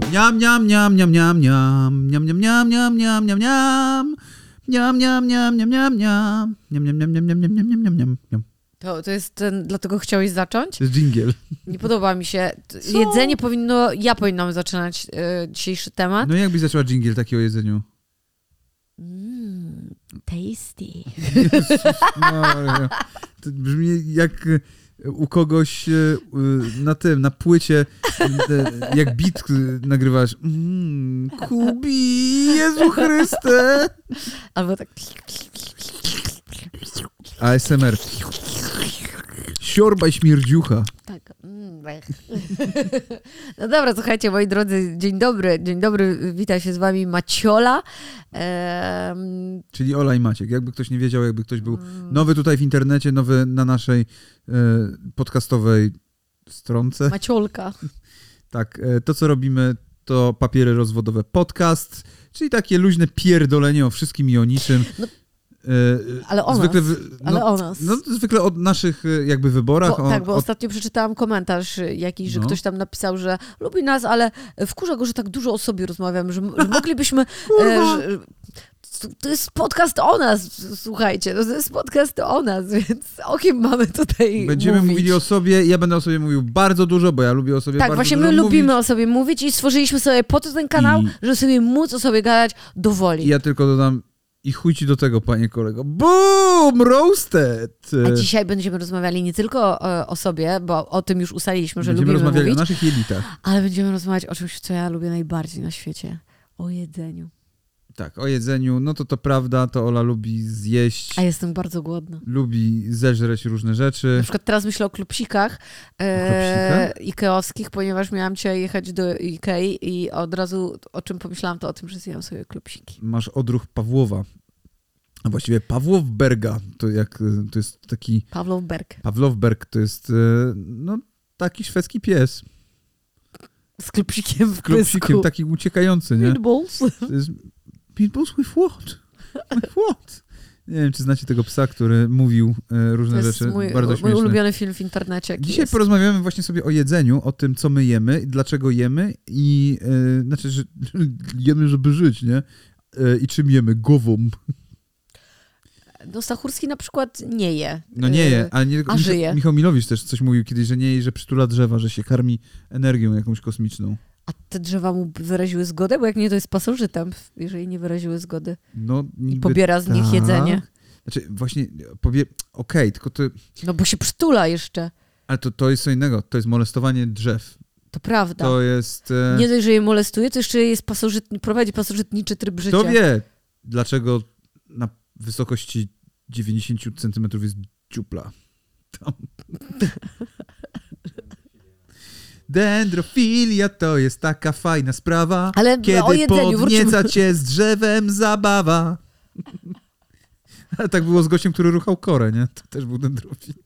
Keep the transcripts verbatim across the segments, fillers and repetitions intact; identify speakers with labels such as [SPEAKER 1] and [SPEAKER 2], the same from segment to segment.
[SPEAKER 1] Niam, niam, niam, niam, niam, niam, niam, niam, niam, niam, niam, niam, niam. Niam, niam, niam, niam, niam, niam. Niam, niam, niam, niam, niam, niam, niam, niam, niam, niam.
[SPEAKER 2] To, to jest ten, dlatego chciałeś zacząć?
[SPEAKER 1] To jest dżingiel.
[SPEAKER 2] Nie podoba mi się.
[SPEAKER 1] Co?
[SPEAKER 2] Jedzenie powinno, ja powinnam zaczynać y, dzisiejszy temat.
[SPEAKER 1] No jakbyś zaczęła dżingiel taki o jedzeniu?
[SPEAKER 2] Mmm, tasty.
[SPEAKER 1] No, to brzmi jak u kogoś na tym, na płycie, jak beat nagrywasz. Mm, Kubi, Jezu Chryste!
[SPEAKER 2] Albo tak...
[SPEAKER 1] A S M R. Siorba i śmierdziucha.
[SPEAKER 2] Tak. No dobra, słuchajcie, moi drodzy, dzień dobry, dzień dobry, witam się z wami Maciola. Ehm...
[SPEAKER 1] Czyli Ola i Maciek. Jakby ktoś nie wiedział, jakby ktoś był nowy tutaj w internecie, nowy na naszej e, podcastowej stronce.
[SPEAKER 2] Maciolka.
[SPEAKER 1] Tak, e, to co robimy to Papiery Rozwodowe Podcast, czyli takie luźne pierdolenie o wszystkim i o niczym. No.
[SPEAKER 2] Ale o
[SPEAKER 1] zwykle,
[SPEAKER 2] nas.
[SPEAKER 1] No,
[SPEAKER 2] Ale o nas.
[SPEAKER 1] No, zwykle o naszych jakby wyborach.
[SPEAKER 2] Bo,
[SPEAKER 1] o,
[SPEAKER 2] tak, bo
[SPEAKER 1] o...
[SPEAKER 2] ostatnio przeczytałam komentarz jakiś, że no. ktoś tam napisał, że lubi nas, ale wkurza go, że tak dużo o sobie rozmawiamy, że, że moglibyśmy... e, że, to jest podcast o nas, słuchajcie, to jest podcast o nas, więc o kim mamy tutaj
[SPEAKER 1] Będziemy
[SPEAKER 2] mówić?
[SPEAKER 1] mówili o sobie, ja będę o sobie mówił bardzo dużo, bo ja lubię o sobie
[SPEAKER 2] tak,
[SPEAKER 1] bardzo
[SPEAKER 2] właśnie
[SPEAKER 1] dużo
[SPEAKER 2] my
[SPEAKER 1] mówić.
[SPEAKER 2] lubimy o sobie mówić i stworzyliśmy sobie po to ten kanał, I... żeby sobie móc o sobie gadać do woli.
[SPEAKER 1] I ja tylko dodam, i chuj ci do tego, panie kolego. Boom! Roasted!
[SPEAKER 2] A dzisiaj będziemy rozmawiali nie tylko o, o sobie, bo o tym już ustaliliśmy, że
[SPEAKER 1] będziemy
[SPEAKER 2] lubimy
[SPEAKER 1] rozmawiali
[SPEAKER 2] mówić.
[SPEAKER 1] o naszych jelitach.
[SPEAKER 2] Ale będziemy rozmawiać o czymś, co ja lubię najbardziej na świecie. O jedzeniu.
[SPEAKER 1] Tak, o jedzeniu. No to to prawda, to Ola lubi zjeść.
[SPEAKER 2] A jestem bardzo głodna.
[SPEAKER 1] Lubi zeżreć różne rzeczy.
[SPEAKER 2] Na przykład teraz myślę o klopsikach e, ikeowskich, ponieważ miałam dzisiaj jechać do Ikei i od razu o czym pomyślałam, to o tym, że zjadłam sobie klopsiki.
[SPEAKER 1] Masz odruch Pawłowa. A właściwie Pawłowberga, to jak to jest taki...
[SPEAKER 2] Pawłowberg.
[SPEAKER 1] Pawłowberg to jest no taki szwedzki pies.
[SPEAKER 2] Z klopsikiem w
[SPEAKER 1] Z klopsikiem, taki uciekający, nie?
[SPEAKER 2] Meatballs.
[SPEAKER 1] To jest meatballs with what? With what? Nie wiem, czy znacie tego psa, który mówił e, różne
[SPEAKER 2] to jest
[SPEAKER 1] rzeczy.
[SPEAKER 2] Mój,
[SPEAKER 1] bardzo śmieszne.
[SPEAKER 2] mój ulubiony film w internecie.
[SPEAKER 1] Dzisiaj
[SPEAKER 2] jest.
[SPEAKER 1] porozmawiamy właśnie sobie o jedzeniu, o tym, co my jemy, dlaczego jemy i e, znaczy, że jemy, żeby żyć, nie? E, I czym jemy? Gową.
[SPEAKER 2] No Stachurski na przykład nie je.
[SPEAKER 1] No nie je, ale nie,
[SPEAKER 2] a
[SPEAKER 1] Michał,
[SPEAKER 2] żyje.
[SPEAKER 1] Michał Milowicz też coś mówił kiedyś, że nie je, że przytula drzewa, że się karmi energią jakąś kosmiczną.
[SPEAKER 2] A te drzewa mu wyraziły zgodę? Bo jak nie, to jest pasożytem, jeżeli nie wyraziły zgody.
[SPEAKER 1] No,
[SPEAKER 2] I pobiera z
[SPEAKER 1] tak.
[SPEAKER 2] nich jedzenie.
[SPEAKER 1] Znaczy właśnie, powie, okej, okay, tylko to...
[SPEAKER 2] No bo się przytula jeszcze.
[SPEAKER 1] Ale to, to jest co innego, to jest molestowanie drzew.
[SPEAKER 2] To prawda.
[SPEAKER 1] To jest... E...
[SPEAKER 2] Nie dość, że je molestuje, to jeszcze jest pasożytni, prowadzi pasożytniczy tryb życia.
[SPEAKER 1] Kto wie, dlaczego na wysokości dziewięćdziesiąt centymetrów jest dziupla. Tam. Dendrofilia to jest taka fajna sprawa,
[SPEAKER 2] ale
[SPEAKER 1] kiedy
[SPEAKER 2] o jedzeniu,
[SPEAKER 1] podnieca
[SPEAKER 2] wróćmy.
[SPEAKER 1] cię z drzewem zabawa. Ale tak było z gościem, który ruchał korę, nie? To też był dendrofil.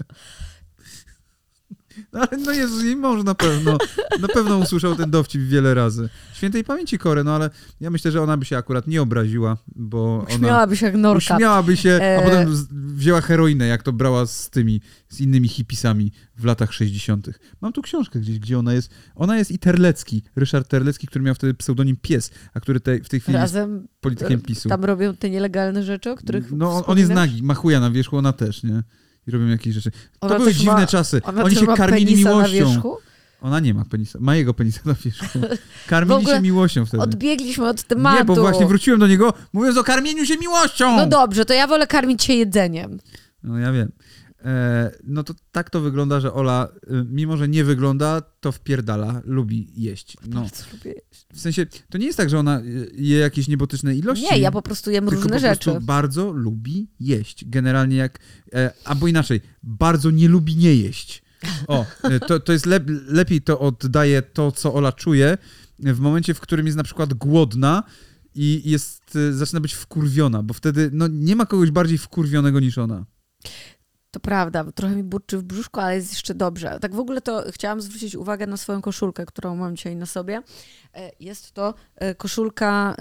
[SPEAKER 1] No ale no Jezus, jej mąż na pewno, na pewno usłyszał ten dowcip wiele razy. Świętej pamięci Korę, no ale ja myślę, że ona by się akurat nie obraziła, bo
[SPEAKER 2] uśmiałaby
[SPEAKER 1] ona...
[SPEAKER 2] się jak norka.
[SPEAKER 1] Uśmiałaby się, a
[SPEAKER 2] e...
[SPEAKER 1] potem wzięła heroinę, jak to brała z tymi, z innymi hipisami w latach sześćdziesiątych. Mam tu książkę gdzieś, gdzie ona jest. Ona jest i Terlecki, Ryszard Terlecki, który miał wtedy pseudonim Pies, a który te, w tej chwili
[SPEAKER 2] Razem
[SPEAKER 1] jest politykiem PiSu.
[SPEAKER 2] Tam robią te nielegalne rzeczy, o których
[SPEAKER 1] No on, on jest nagi, ma chuja na wierzchu, ona też, nie? I robią jakieś rzeczy. To
[SPEAKER 2] ona
[SPEAKER 1] były dziwne
[SPEAKER 2] ma,
[SPEAKER 1] czasy.
[SPEAKER 2] Ona
[SPEAKER 1] Oni się
[SPEAKER 2] ma
[SPEAKER 1] karmili
[SPEAKER 2] penisa
[SPEAKER 1] miłością.
[SPEAKER 2] Na wierzchu?
[SPEAKER 1] Ona nie ma penisa. Ma jego penisa na wierzchu. Karmili się miłością wtedy.
[SPEAKER 2] Odbiegliśmy od tematu.
[SPEAKER 1] Nie, bo właśnie wróciłem do niego, mówiąc o karmieniu się miłością.
[SPEAKER 2] No dobrze, to ja wolę karmić się jedzeniem.
[SPEAKER 1] No ja wiem. E, no to tak to wygląda, że Ola, mimo że nie wygląda, to wpierdala, lubi jeść. No.
[SPEAKER 2] Bardzo lubię jeść.
[SPEAKER 1] W sensie, to nie jest tak, że ona je jakieś niebotyczne ilości.
[SPEAKER 2] Nie, ja po prostu jem
[SPEAKER 1] tylko
[SPEAKER 2] różne
[SPEAKER 1] po
[SPEAKER 2] rzeczy.
[SPEAKER 1] prostu bardzo lubi jeść. Generalnie jak, e, albo inaczej, bardzo nie lubi nie jeść. O, to, to jest lep, lepiej to oddaje to, co Ola czuje w momencie, w którym jest na przykład głodna i jest, zaczyna być wkurwiona, bo wtedy no, nie ma kogoś bardziej wkurwionego niż ona.
[SPEAKER 2] To prawda, trochę mi burczy w brzuszku, ale jest jeszcze dobrze. Tak w ogóle to chciałam zwrócić uwagę na swoją koszulkę, którą mam dzisiaj na sobie. Jest to koszulka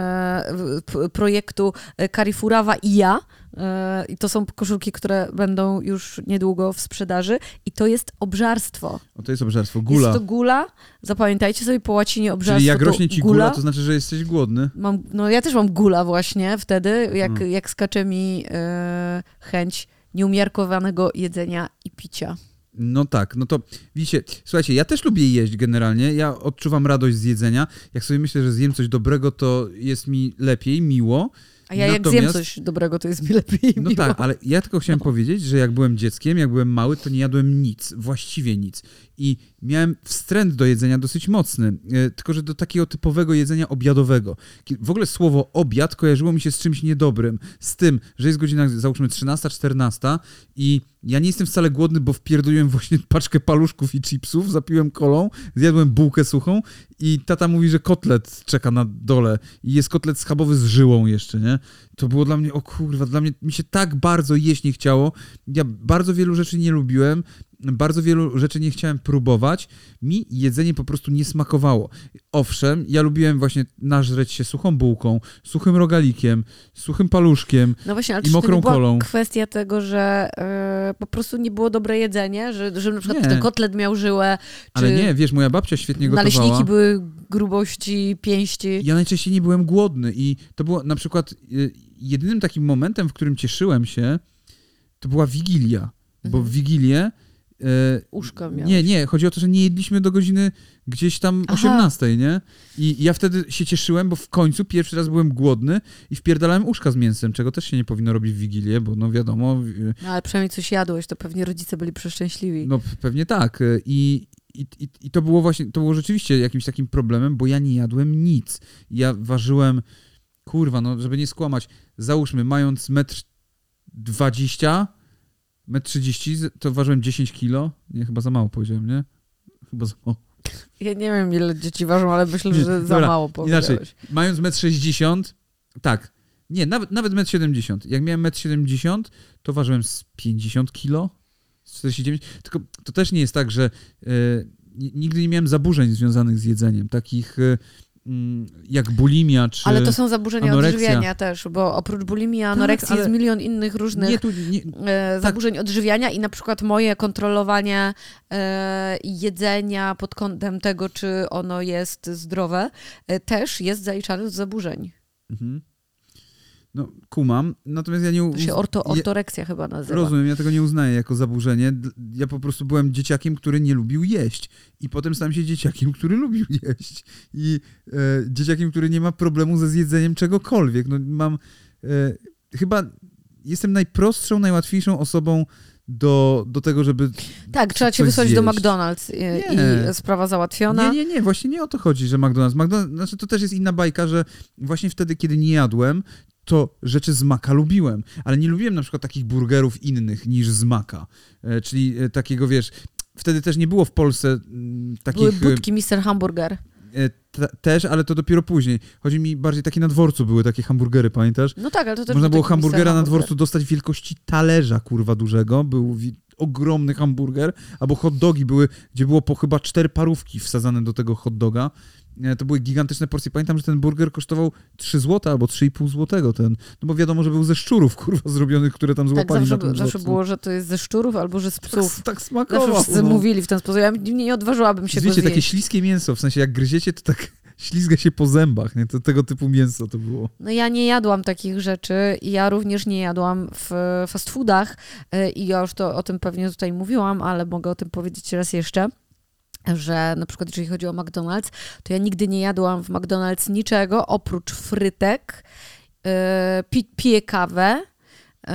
[SPEAKER 2] projektu Carrefourawa i ja. I to są koszulki, które będą już niedługo w sprzedaży. I to jest obżarstwo.
[SPEAKER 1] O, to jest obżarstwo, gula.
[SPEAKER 2] Jest to gula. Zapamiętajcie sobie po łacinie obżarstwo.
[SPEAKER 1] Czyli jak rośnie ci
[SPEAKER 2] gula,
[SPEAKER 1] gula, to znaczy, że jesteś głodny.
[SPEAKER 2] Mam, no ja też mam gula właśnie wtedy, jak, hmm. jak skacze mi e, chęć nieumiarkowanego jedzenia i picia.
[SPEAKER 1] No tak, no to widzicie, słuchajcie, ja też lubię jeść generalnie, ja odczuwam radość z jedzenia. Jak sobie myślę, że zjem coś dobrego, to jest mi lepiej, miło.
[SPEAKER 2] A ja Natomiast, jak zjem coś dobrego, to jest mi lepiej
[SPEAKER 1] No
[SPEAKER 2] miło.
[SPEAKER 1] tak, ale ja tylko chciałem no. powiedzieć, że jak byłem dzieckiem, jak byłem mały, to nie jadłem nic, właściwie nic. I miałem wstręt do jedzenia dosyć mocny, tylko że do takiego typowego jedzenia obiadowego. W ogóle słowo obiad kojarzyło mi się z czymś niedobrym, z tym, że jest godzina załóżmy trzynasta, czternasta i ja nie jestem wcale głodny, bo wpierdoliłem właśnie paczkę paluszków i chipsów, zapiłem kolą, zjadłem bułkę suchą i tata mówi, że kotlet czeka na dole i jest kotlet schabowy z żyłą jeszcze, nie? To było dla mnie, o kurwa, dla mnie mi się tak bardzo jeść nie chciało. Ja bardzo wielu rzeczy nie lubiłem, bardzo wielu rzeczy nie chciałem próbować. Mi jedzenie po prostu nie smakowało. Owszem, ja lubiłem właśnie nażreć się suchą bułką, suchym rogalikiem, suchym paluszkiem
[SPEAKER 2] no właśnie, ale
[SPEAKER 1] i mokrą
[SPEAKER 2] to nie była
[SPEAKER 1] kolą.
[SPEAKER 2] Kwestia tego, że yy, po prostu nie było dobre jedzenie, że, że na przykład nie. ten kotlet miał żyłę. Czy
[SPEAKER 1] ale nie, wiesz, moja babcia świetnie gotowała.
[SPEAKER 2] Naleśniki były grubości, pięści. Ja
[SPEAKER 1] najczęściej nie byłem głodny i to było na przykład yy, jedynym takim momentem, w którym cieszyłem się, to była Wigilia, mhm. bo w Wigilię Yy,
[SPEAKER 2] Uszka miałeś.
[SPEAKER 1] Nie, nie, chodzi o to, że nie jedliśmy do godziny gdzieś tam osiemnastej, nie? I ja wtedy się cieszyłem, bo w końcu pierwszy raz byłem głodny i wpierdalałem uszka z mięsem, czego też się nie powinno robić w Wigilię, bo no wiadomo...
[SPEAKER 2] No ale przynajmniej coś jadłeś, to pewnie rodzice byli przeszczęśliwi.
[SPEAKER 1] No pewnie tak. I, i, i, i to było właśnie, to było rzeczywiście jakimś takim problemem, bo ja nie jadłem nic. Ja ważyłem, kurwa, no żeby nie skłamać, załóżmy, mając metr dwadzieścia... metr trzydzieści, to ważyłem dziesięć kilo. Nie, chyba za mało powiedziałem, nie? Chyba za mało.
[SPEAKER 2] Ja nie wiem, ile dzieci ważą, ale myślę, że za Dobra, mało powiedziałeś. Inaczej,
[SPEAKER 1] mając metr sześćdziesiąt, tak, nie, nawet, nawet metr siedemdziesiąt. Jak miałem metr siedemdziesiąt, to ważyłem z pięćdziesiąt kilo, z czterdzieści dziewięć. Tylko to też nie jest tak, że e, nigdy nie miałem zaburzeń związanych z jedzeniem, takich... E, jak bulimia czy
[SPEAKER 2] Ale to są zaburzenia
[SPEAKER 1] anoreksja.
[SPEAKER 2] Odżywiania też, ale oprócz bulimii i anoreksji tak, jest milion innych różnych nie, tu, nie, e, zaburzeń tak. odżywiania i na przykład moje kontrolowanie e, jedzenia pod kątem tego, czy ono jest zdrowe, e, też jest zaliczane do zaburzeń. Mhm.
[SPEAKER 1] No, kumam, natomiast ja nie... Uz...
[SPEAKER 2] To się orto, ortoreksja ja, chyba nazywa.
[SPEAKER 1] Rozumiem, ja tego nie uznaję jako zaburzenie. Ja po prostu byłem dzieciakiem, który nie lubił jeść. I potem stałem się dzieciakiem, który lubił jeść. I e, dzieciakiem, który nie ma problemu ze zjedzeniem czegokolwiek. No, mam... E, chyba jestem najprostszą, najłatwiejszą osobą do, do tego, żeby
[SPEAKER 2] Tak, trzeba cię wysłać zjeść. do McDonald's i, i sprawa załatwiona.
[SPEAKER 1] Nie, nie, nie, właśnie nie o to chodzi, że McDonald's. McDonald's, znaczy to też jest inna bajka, że właśnie wtedy, kiedy nie jadłem, to rzeczy z Maka lubiłem, ale nie lubiłem na przykład takich burgerów innych niż z Maka, e, czyli e, takiego, wiesz, wtedy też nie było w Polsce m, takich...
[SPEAKER 2] Były budki mister Hamburger.
[SPEAKER 1] E, te, też, ale to dopiero później. Chodzi mi bardziej, takie na dworcu były takie hamburgery, pamiętasz?
[SPEAKER 2] No tak, ale to też
[SPEAKER 1] Można było hamburgera na dworcu dostać wielkości talerza, kurwa, dużego, był wi- ogromny hamburger, albo hot dogi były, gdzie było po chyba cztery parówki wsadzane do tego hot doga. To były gigantyczne porcje. Pamiętam, że ten burger kosztował trzy złote albo trzy i pół złotego. Ten. No bo wiadomo, że był ze szczurów, kurwa, zrobionych, które tam złapali
[SPEAKER 2] tak, zawsze,
[SPEAKER 1] na tym
[SPEAKER 2] zawsze było, że to jest ze szczurów albo że z psów.
[SPEAKER 1] Tak, tak smakowało.
[SPEAKER 2] Zawsze wszyscy no. mówili w ten sposób. Ja nie, nie odważyłabym się
[SPEAKER 1] Wiecie,
[SPEAKER 2] go zjeść.
[SPEAKER 1] takie śliskie mięso, w sensie jak gryziecie, to tak ślizga się po zębach, nie? To tego typu mięso to było.
[SPEAKER 2] No ja nie jadłam takich rzeczy i ja również nie jadłam w fast foodach i ja już to o tym pewnie tutaj mówiłam, ale mogę o tym powiedzieć raz jeszcze. Że na przykład jeżeli chodzi o McDonald's, to ja nigdy nie jadłam w McDonald's niczego oprócz frytek, yy, pi- piję kawę yy,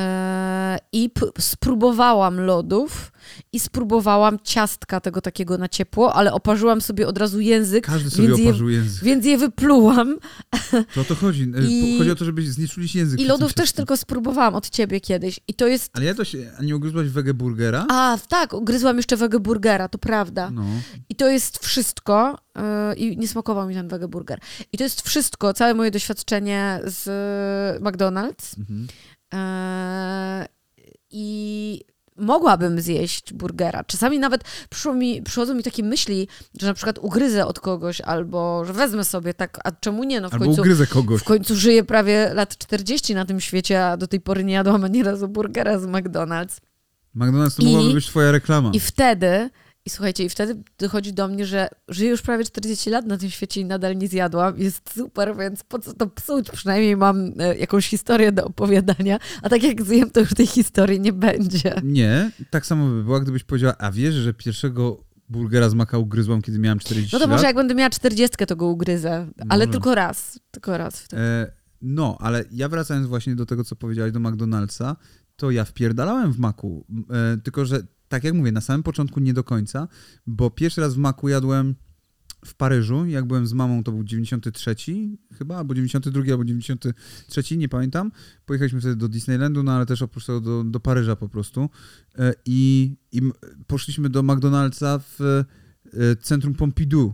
[SPEAKER 2] i p- spróbowałam lodów i spróbowałam ciastka tego takiego na ciepło, ale oparzyłam sobie od razu język.
[SPEAKER 1] Każdy sobie
[SPEAKER 2] więc
[SPEAKER 1] oparzył
[SPEAKER 2] je,
[SPEAKER 1] język.
[SPEAKER 2] Więc je wyplułam.
[SPEAKER 1] To o to chodzi. I, chodzi o to, żeby znieczulić język.
[SPEAKER 2] I lodów też tylko spróbowałam od ciebie kiedyś. I to jest...
[SPEAKER 1] Ale ja to się... A nie ugryzłaś wegeburgera?
[SPEAKER 2] A, tak, ugryzłam jeszcze wegeburgera, to prawda. No. I to jest wszystko. Yy, I nie smakował mi ten wegeburger. I to jest wszystko, całe moje doświadczenie z McDonald's. Mhm. Yy, I mogłabym zjeść burgera. Czasami nawet przyszło mi, przychodzą mi takie myśli, że na przykład ugryzę od kogoś, albo że wezmę sobie tak, a czemu nie? No w
[SPEAKER 1] albo
[SPEAKER 2] końcu,
[SPEAKER 1] ugryzę kogoś.
[SPEAKER 2] W końcu żyję prawie lat czterdzieści na tym świecie, a do tej pory nie jadłam ani razu burgera z McDonald's.
[SPEAKER 1] McDonald's to
[SPEAKER 2] I,
[SPEAKER 1] mogłaby być twoja reklama.
[SPEAKER 2] I wtedy... I słuchajcie, i wtedy dochodzi do mnie, że żyję już prawie czterdzieści lat na tym świecie i nadal nie zjadłam. Jest super, więc po co to psuć? Przynajmniej mam e, jakąś historię do opowiadania, a tak jak zjem, to już tej historii nie będzie.
[SPEAKER 1] Nie, tak samo by była, gdybyś powiedziała, a wiesz, że pierwszego burgera z maka ugryzłam, kiedy miałam czterdzieści lat?
[SPEAKER 2] No to może jak będę miała czterdziestkę, to go ugryzę, ale
[SPEAKER 1] może.
[SPEAKER 2] tylko raz, tylko raz wtedy.
[SPEAKER 1] E, no, ale ja wracając właśnie do tego, co powiedziałaś do McDonald'sa, to ja wpierdalałem w maku, e, tylko że tak jak mówię, na samym początku nie do końca, bo pierwszy raz w maku jadłem w Paryżu, jak byłem z mamą, to był dziewięćdziesiąty trzeci chyba, albo dziewięćdziesiąty drugi, albo dziewięćdziesiąty trzeci, nie pamiętam. Pojechaliśmy wtedy do Disneylandu, no ale też oprócz tego do, do Paryża po prostu. I, i poszliśmy do McDonald'sa w centrum Pompidou.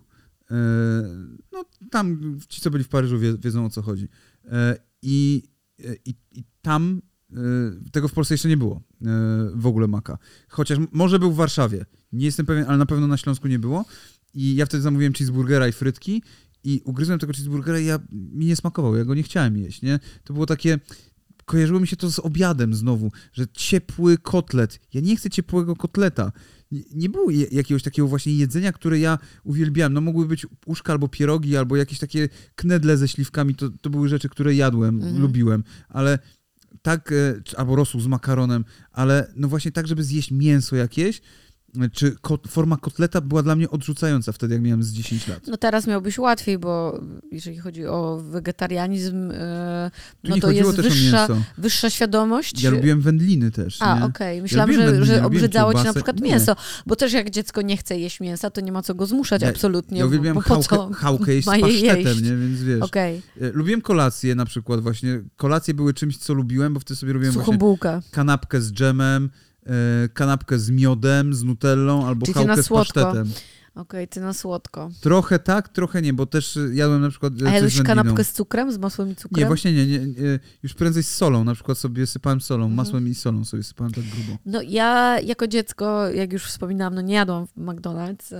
[SPEAKER 1] No tam ci, co byli w Paryżu, wie, wiedzą, o co chodzi. I, i, i tam tego w Polsce jeszcze nie było w ogóle maka. Chociaż może był w Warszawie. Nie jestem pewien, ale na pewno na Śląsku nie było. I ja wtedy zamówiłem cheeseburgera i frytki i ugryzłem tego cheeseburgera i ja, mi nie smakował. Ja go nie chciałem jeść, nie? To było takie... Kojarzyło mi się to z obiadem znowu, że ciepły kotlet. Ja nie chcę ciepłego kotleta. Nie, nie było jakiegoś takiego właśnie jedzenia, które ja uwielbiałem. No mogły być uszka albo pierogi, albo jakieś takie knedle ze śliwkami. To, to były rzeczy, które jadłem, mhm. lubiłem. Ale tak, albo rosół z makaronem, ale no właśnie tak, żeby zjeść mięso jakieś, czy kot, forma kotleta była dla mnie odrzucająca wtedy, jak miałem z dziesięć lat.
[SPEAKER 2] No teraz miałbyś łatwiej, bo jeżeli chodzi o wegetarianizm,
[SPEAKER 1] tu
[SPEAKER 2] no
[SPEAKER 1] nie
[SPEAKER 2] to jest
[SPEAKER 1] też
[SPEAKER 2] wyższa,
[SPEAKER 1] o mięso.
[SPEAKER 2] wyższa świadomość.
[SPEAKER 1] Ja lubiłem wędliny też.
[SPEAKER 2] A, okej. Okay. Myślałam, ja że, wędliny, że obrzydzało ci na przykład nie. mięso. Bo też jak dziecko nie chce jeść mięsa, to nie ma co go zmuszać
[SPEAKER 1] ja,
[SPEAKER 2] absolutnie.
[SPEAKER 1] Ja uwielbiam chałkę, chałkę jeść z pasztetem, jeść. nie? Więc wiesz.
[SPEAKER 2] Okay.
[SPEAKER 1] Lubiłem kolację na przykład właśnie. Kolacje były czymś, co lubiłem, bo wtedy sobie robiłem
[SPEAKER 2] Suchą
[SPEAKER 1] właśnie
[SPEAKER 2] bułkę.
[SPEAKER 1] Kanapkę z dżemem, kanapkę z miodem, z nutellą albo
[SPEAKER 2] Czyli
[SPEAKER 1] chałkę z pasztetem.
[SPEAKER 2] Okej, okay, ty na słodko.
[SPEAKER 1] Trochę tak, trochę nie, bo też jadłem na przykład
[SPEAKER 2] A jadłeś kanapkę z cukrem, z masłem i cukrem?
[SPEAKER 1] Nie, właśnie nie, nie, nie. Już prędzej z solą, na przykład sobie sypałem solą, mhm. masłem i solą sobie sypałem tak grubo.
[SPEAKER 2] No ja jako dziecko, jak już wspominałam, no nie jadłam w McDonald's,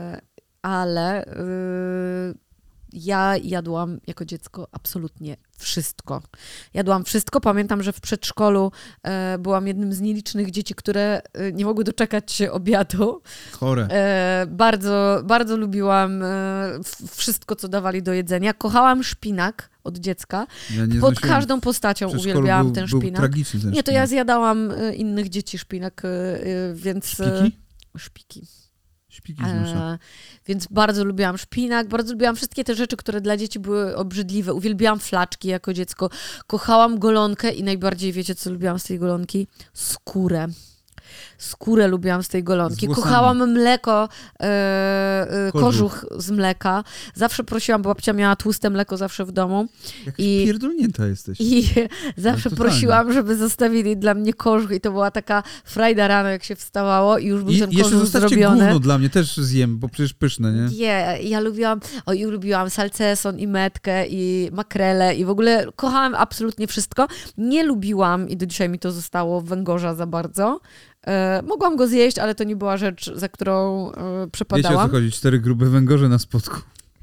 [SPEAKER 2] ale yy, ja jadłam jako dziecko absolutnie wszystko. Jadłam wszystko. Pamiętam, że w przedszkolu e, byłam jednym z nielicznych dzieci, które e, nie mogły doczekać się obiadu.
[SPEAKER 1] Chore.
[SPEAKER 2] E, bardzo, bardzo lubiłam e, wszystko, co dawali do jedzenia. Kochałam szpinak od dziecka. Ja Pod każdą postacią uwielbiałam
[SPEAKER 1] był,
[SPEAKER 2] ten szpinak.
[SPEAKER 1] Był tragiczny ten
[SPEAKER 2] nie, to ja zjadałam e, innych dzieci szpinak, e, więc...
[SPEAKER 1] Szpiki?
[SPEAKER 2] Szpiki.
[SPEAKER 1] Szpiki e,
[SPEAKER 2] więc bardzo lubiłam szpinak, bardzo lubiłam wszystkie te rzeczy, które dla dzieci były obrzydliwe. Uwielbiałam flaczki jako dziecko. Kochałam golonkę i najbardziej, wiecie, co lubiłam z tej golonki? Skórę. Skórę lubiłam z tej golonki. Z Kochałam mleko, e, e, kożuch z mleka. Zawsze prosiłam, bo babcia miała tłuste mleko zawsze w domu.
[SPEAKER 1] Jak I pierdolnięta jesteś.
[SPEAKER 2] I zawsze prosiłam, żeby zostawili dla mnie kożuch i to była taka frajda rano, jak się wstawało i już był I ten kożuch
[SPEAKER 1] jeszcze
[SPEAKER 2] zrobiony.
[SPEAKER 1] Gówno dla mnie, też zjem, bo przecież pyszne, nie?
[SPEAKER 2] Nie, ja lubiłam, o, i lubiłam salceson i metkę i makrele i w ogóle kochałam absolutnie wszystko. Nie lubiłam, i do dzisiaj mi to zostało, węgorza za bardzo. E, mogłam go zjeść, ale to nie była rzecz, za którą e, przepadałam.
[SPEAKER 1] Wiecie, o co chodzi? Cztery grube węgorze na spodku.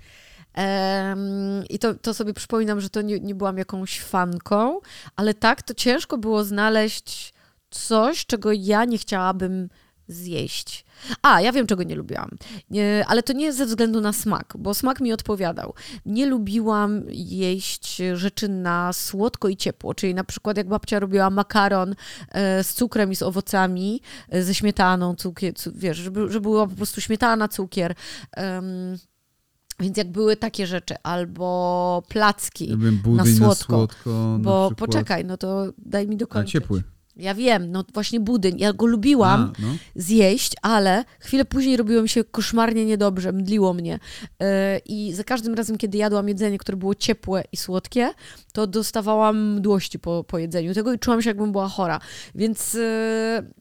[SPEAKER 2] E, I to, to sobie przypominam, że to nie, nie byłam jakąś fanką, ale tak, to ciężko było znaleźć coś, czego ja nie chciałabym zjeść. A, ja wiem, czego nie lubiłam, nie, ale to nie ze względu na smak, bo smak mi odpowiadał. Nie lubiłam jeść rzeczy na słodko i ciepło, czyli na przykład jak babcia robiła makaron e, z cukrem i z owocami, e, ze śmietaną, cukier, cu, wiesz, żeby, żeby była po prostu śmietana, cukier. Um, Więc jak były takie rzeczy, albo placki
[SPEAKER 1] ja
[SPEAKER 2] na słodko,
[SPEAKER 1] na słodko
[SPEAKER 2] bo
[SPEAKER 1] na
[SPEAKER 2] poczekaj, no to daj mi dokończyć.
[SPEAKER 1] A ciepły.
[SPEAKER 2] Ja wiem, no właśnie budyń. Ja go lubiłam
[SPEAKER 1] A, no.
[SPEAKER 2] zjeść, ale chwilę później robiło mi się koszmarnie niedobrze, mdliło mnie. Yy, I za każdym razem, kiedy jadłam jedzenie, które było ciepłe i słodkie, to dostawałam mdłości po, po jedzeniu tego i czułam się, jakbym była chora. Więc yy,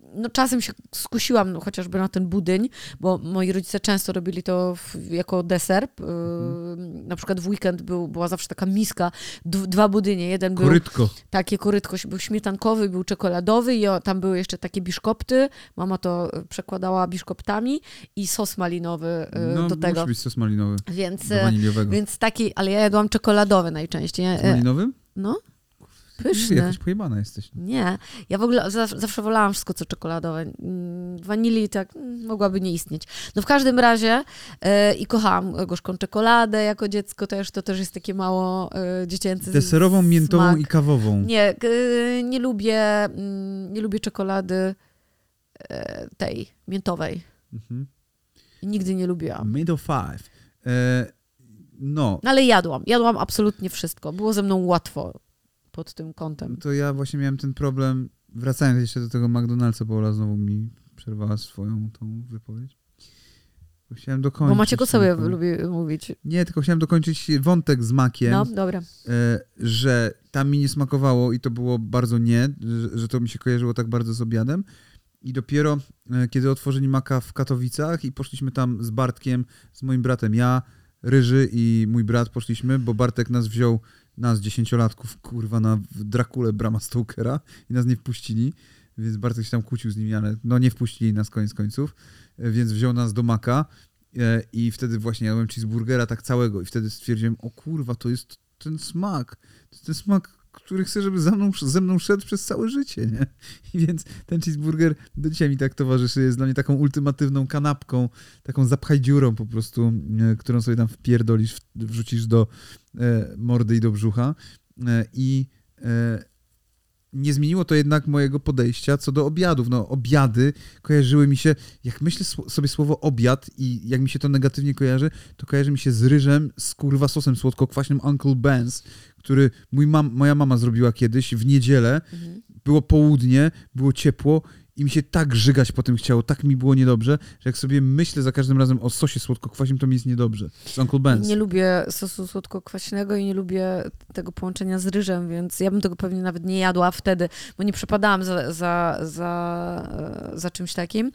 [SPEAKER 2] no czasem się skusiłam no, chociażby na ten budyń, bo moi rodzice często robili to w, jako deser. Mhm. Na przykład w weekend był, była zawsze taka miska, d- dwa budynie. Jeden był...
[SPEAKER 1] Korytko.
[SPEAKER 2] Takie korytko. Był śmietankowy, był czekoladowy i o, tam były jeszcze takie biszkopty. Mama to przekładała biszkoptami i sos malinowy
[SPEAKER 1] no,
[SPEAKER 2] do tego.
[SPEAKER 1] Musi być sos malinowy.
[SPEAKER 2] Więc,
[SPEAKER 1] do waniliowego.
[SPEAKER 2] więc taki, ale ja jadłam czekoladowy najczęściej.
[SPEAKER 1] Z malinowym?
[SPEAKER 2] No. Pyszny.
[SPEAKER 1] Jakaś pojebana jesteś.
[SPEAKER 2] Nie. Ja w ogóle zawsze, zawsze wolałam wszystko, co czekoladowe. Wanilii tak mogłaby nie istnieć. No w każdym razie yy, i kochałam gorzką czekoladę jako dziecko też. To też jest takie mało yy, dziecięce
[SPEAKER 1] deserową, miętową
[SPEAKER 2] smak.
[SPEAKER 1] I kawową.
[SPEAKER 2] Nie, yy, nie lubię yy, nie lubię czekolady yy, tej, miętowej. Mhm. Nigdy nie lubiłam.
[SPEAKER 1] Made of five. E, no.
[SPEAKER 2] no. Ale jadłam. Jadłam absolutnie wszystko. Było ze mną łatwo. Pod tym kątem.
[SPEAKER 1] To ja właśnie miałem ten problem, wracając jeszcze do tego McDonald'sa, bo Ola znowu mi przerwała swoją tą wypowiedź. Chciałem dokończyć.
[SPEAKER 2] Bo Maciek o sobie lubi mówić.
[SPEAKER 1] Nie, tylko chciałem dokończyć wątek z makiem.
[SPEAKER 2] No, dobra.
[SPEAKER 1] Że tam mi nie smakowało i to było bardzo nie, że, że to mi się kojarzyło tak bardzo z obiadem. I dopiero kiedy otworzyli Maka w Katowicach i poszliśmy tam z Bartkiem, z moim bratem, ja, Ryży i mój brat poszliśmy, bo Bartek nas wziął nas, dziesięciolatków, kurwa, na Drakulę Brama Stokera i nas nie wpuścili, więc Bartek się tam kłócił z nimi, ale no nie wpuścili nas koniec końców, więc wziął nas do Maka i wtedy właśnie jadłem cheeseburgera tak całego i wtedy stwierdziłem, o kurwa, to jest ten smak, to jest ten smak, który chcę, żeby ze mną, ze mną szedł przez całe życie, nie? I więc ten cheeseburger do dzisiaj mi tak towarzyszy, jest dla mnie taką ultimatywną kanapką, taką zapchaj dziurą po prostu, e, którą sobie tam wpierdolisz, wrzucisz do e, mordy i do brzucha. E, I e, nie zmieniło to jednak mojego podejścia co do obiadów. No, obiady kojarzyły mi się, jak myślę sobie słowo obiad i jak mi się to negatywnie kojarzy, to kojarzy mi się z ryżem, z kurwa sosem słodko-kwaśnym Uncle Ben's, który mój mam, moja mama zrobiła kiedyś w niedzielę. Mhm. Było południe, było ciepło i mi się tak żygać po tym chciało, tak mi było niedobrze, że jak sobie myślę za każdym razem o sosie słodko-kwaśnym, to mi jest niedobrze. Z Uncle Ben's.
[SPEAKER 2] Nie lubię sosu słodko-kwaśnego i nie lubię tego połączenia z ryżem, więc ja bym tego pewnie nawet nie jadła wtedy, bo nie przepadałam za, za, za, za czymś takim.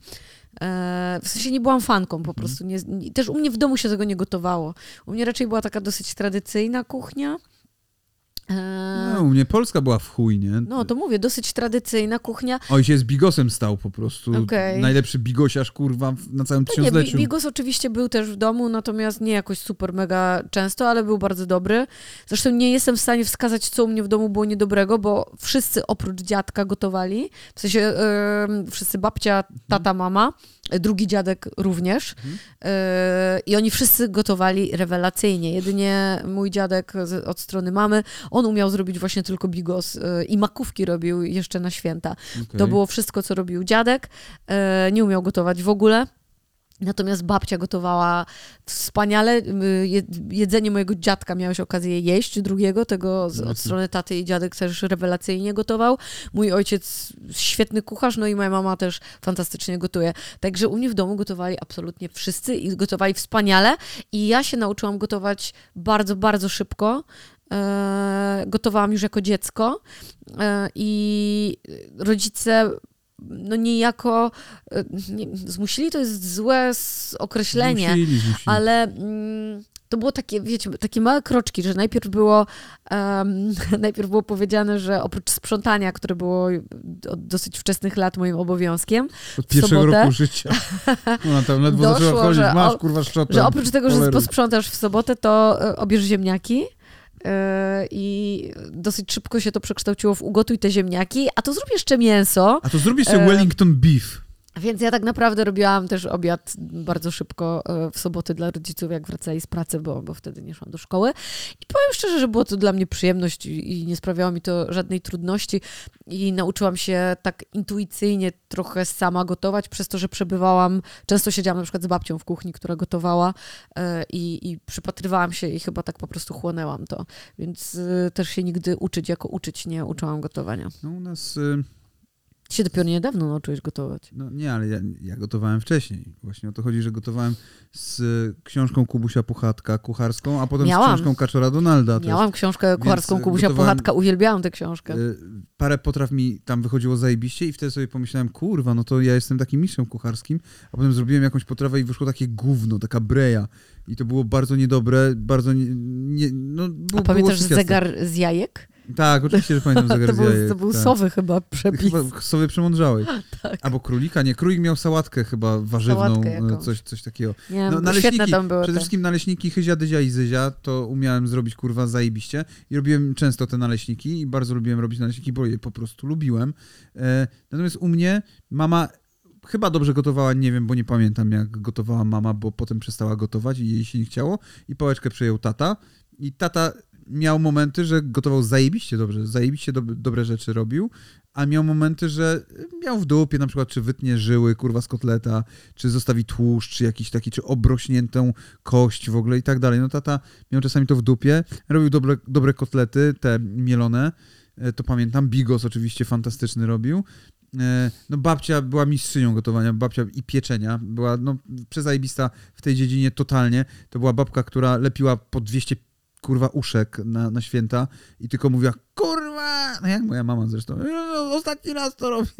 [SPEAKER 2] W sensie nie byłam fanką po prostu. Nie, nie, też u mnie w domu się tego nie gotowało. U mnie raczej była taka dosyć tradycyjna kuchnia.
[SPEAKER 1] No, u mnie Polska była w chuj, nie?
[SPEAKER 2] No, to mówię, dosyć tradycyjna kuchnia.
[SPEAKER 1] Ojciec z bigosem stał po prostu.
[SPEAKER 2] Okay.
[SPEAKER 1] Najlepszy bigosiarz, kurwa, na całym
[SPEAKER 2] to
[SPEAKER 1] tysiącleciu.
[SPEAKER 2] Nie, bigos oczywiście był też w domu, natomiast nie jakoś super mega często, ale był bardzo dobry. Zresztą nie jestem w stanie wskazać, co u mnie w domu było niedobrego, bo wszyscy oprócz dziadka gotowali. W sensie yy, wszyscy babcia, tata, mama. Drugi dziadek również. Mhm. Yy, I oni wszyscy gotowali rewelacyjnie. Jedynie mój dziadek z, od strony mamy, on umiał zrobić właśnie tylko bigos yy, i makówki robił jeszcze na święta. Okay. To było wszystko, co robił dziadek. Yy, nie umiał gotować w ogóle. Natomiast babcia gotowała wspaniale. Jedzenie mojego dziadka miałeś okazję jeść, drugiego, tego z, od strony taty i dziadek też rewelacyjnie gotował. Mój ojciec świetny kucharz, no i moja mama też fantastycznie gotuje. Także u mnie w domu gotowali absolutnie wszyscy i gotowali wspaniale. I ja się nauczyłam gotować bardzo, bardzo szybko. E, gotowałam już jako dziecko e, i rodzice no niejako nie, zmusili, to jest złe określenie,
[SPEAKER 1] zmusili, zmusili.
[SPEAKER 2] ale mm, to było takie, wiecie, takie małe kroczki, że najpierw było um, najpierw było powiedziane, że oprócz sprzątania, które było od dosyć wczesnych lat moim obowiązkiem,
[SPEAKER 1] od pierwszego sobotę, roku życia. Ona tam ledwo doszło, zaczęła chodzić, masz kurwa szczotę.
[SPEAKER 2] Że oprócz tego, że posprzątasz w sobotę, to obierz ziemniaki. I dosyć szybko się to przekształciło w ugotuj te ziemniaki, a to zrób jeszcze mięso.
[SPEAKER 1] A to zrób jeszcze Wellington beef.
[SPEAKER 2] Więc ja tak naprawdę robiłam też obiad bardzo szybko w soboty dla rodziców, jak wracali z pracy, bo, bo wtedy nie szłam do szkoły. I powiem szczerze, że było to dla mnie przyjemność i, i nie sprawiało mi to żadnej trudności. I nauczyłam się tak intuicyjnie trochę sama gotować, przez to, że przebywałam, często siedziałam na przykład z babcią w kuchni, która gotowała i, i przypatrywałam się i chyba tak po prostu chłonęłam to. Więc też się nigdy uczyć jako uczyć nie uczyłam gotowania.
[SPEAKER 1] No u nas... Y-
[SPEAKER 2] Ty się dopiero niedawno nauczyłeś gotować.
[SPEAKER 1] No nie, ale ja, ja gotowałem wcześniej. Właśnie o to chodzi, że gotowałem z książką Kubusia Puchatka kucharską, a potem
[SPEAKER 2] Miałam.
[SPEAKER 1] z książką Kaczora Donalda.
[SPEAKER 2] Miałam
[SPEAKER 1] też.
[SPEAKER 2] książkę kucharską
[SPEAKER 1] Więc
[SPEAKER 2] Kubusia
[SPEAKER 1] gotowałem,
[SPEAKER 2] Puchatka, uwielbiałam tę książkę.
[SPEAKER 1] Y, parę potraw mi tam wychodziło zajebiście i wtedy sobie pomyślałem, kurwa, no to ja jestem takim mistrzem kucharskim, a potem zrobiłem jakąś potrawę i wyszło takie gówno, taka breja. I to było bardzo niedobre, bardzo nie... nie no, było,
[SPEAKER 2] a pamiętasz
[SPEAKER 1] było
[SPEAKER 2] zegar z jajek?
[SPEAKER 1] Tak, oczywiście, że pamiętam zegar
[SPEAKER 2] to
[SPEAKER 1] z
[SPEAKER 2] był,
[SPEAKER 1] jajek.
[SPEAKER 2] To był
[SPEAKER 1] tak.
[SPEAKER 2] sowy chyba przepis.
[SPEAKER 1] Chyba sowy przemądrzałej.
[SPEAKER 2] tak.
[SPEAKER 1] Albo królika, nie, królik miał sałatkę chyba warzywną,
[SPEAKER 2] Sałatkę
[SPEAKER 1] coś, coś takiego.
[SPEAKER 2] Nie,
[SPEAKER 1] no,
[SPEAKER 2] świetne tam były
[SPEAKER 1] Przede
[SPEAKER 2] te.
[SPEAKER 1] wszystkim naleśniki Hyzia, Dyzia i Zyzia, to umiałem zrobić, kurwa, zajebiście. I robiłem często te naleśniki i bardzo lubiłem robić naleśniki, bo je po prostu lubiłem. E, natomiast u mnie mama chyba dobrze gotowała, nie wiem, bo nie pamiętam jak gotowała mama, bo potem przestała gotować i jej się nie chciało i pałeczkę przejął tata. I tata miał momenty, że gotował zajebiście dobrze, zajebiście do, dobre rzeczy robił, a miał momenty, że miał w dupie na przykład, czy wytnie żyły, kurwa, z kotleta, czy zostawi tłuszcz, czy jakiś taki, czy obrośniętą kość w ogóle i tak dalej. No tata miał czasami to w dupie, robił dobre, dobre kotlety, te mielone, to pamiętam, bigos oczywiście fantastyczny robił. No babcia była mistrzynią gotowania, babcia i pieczenia, była no przezajebista w tej dziedzinie totalnie. To była babka, która lepiła po dwieście kurwa uszek na, na święta i tylko mówiła, kurwa, no jak moja mama zresztą, no, ostatni raz to robię.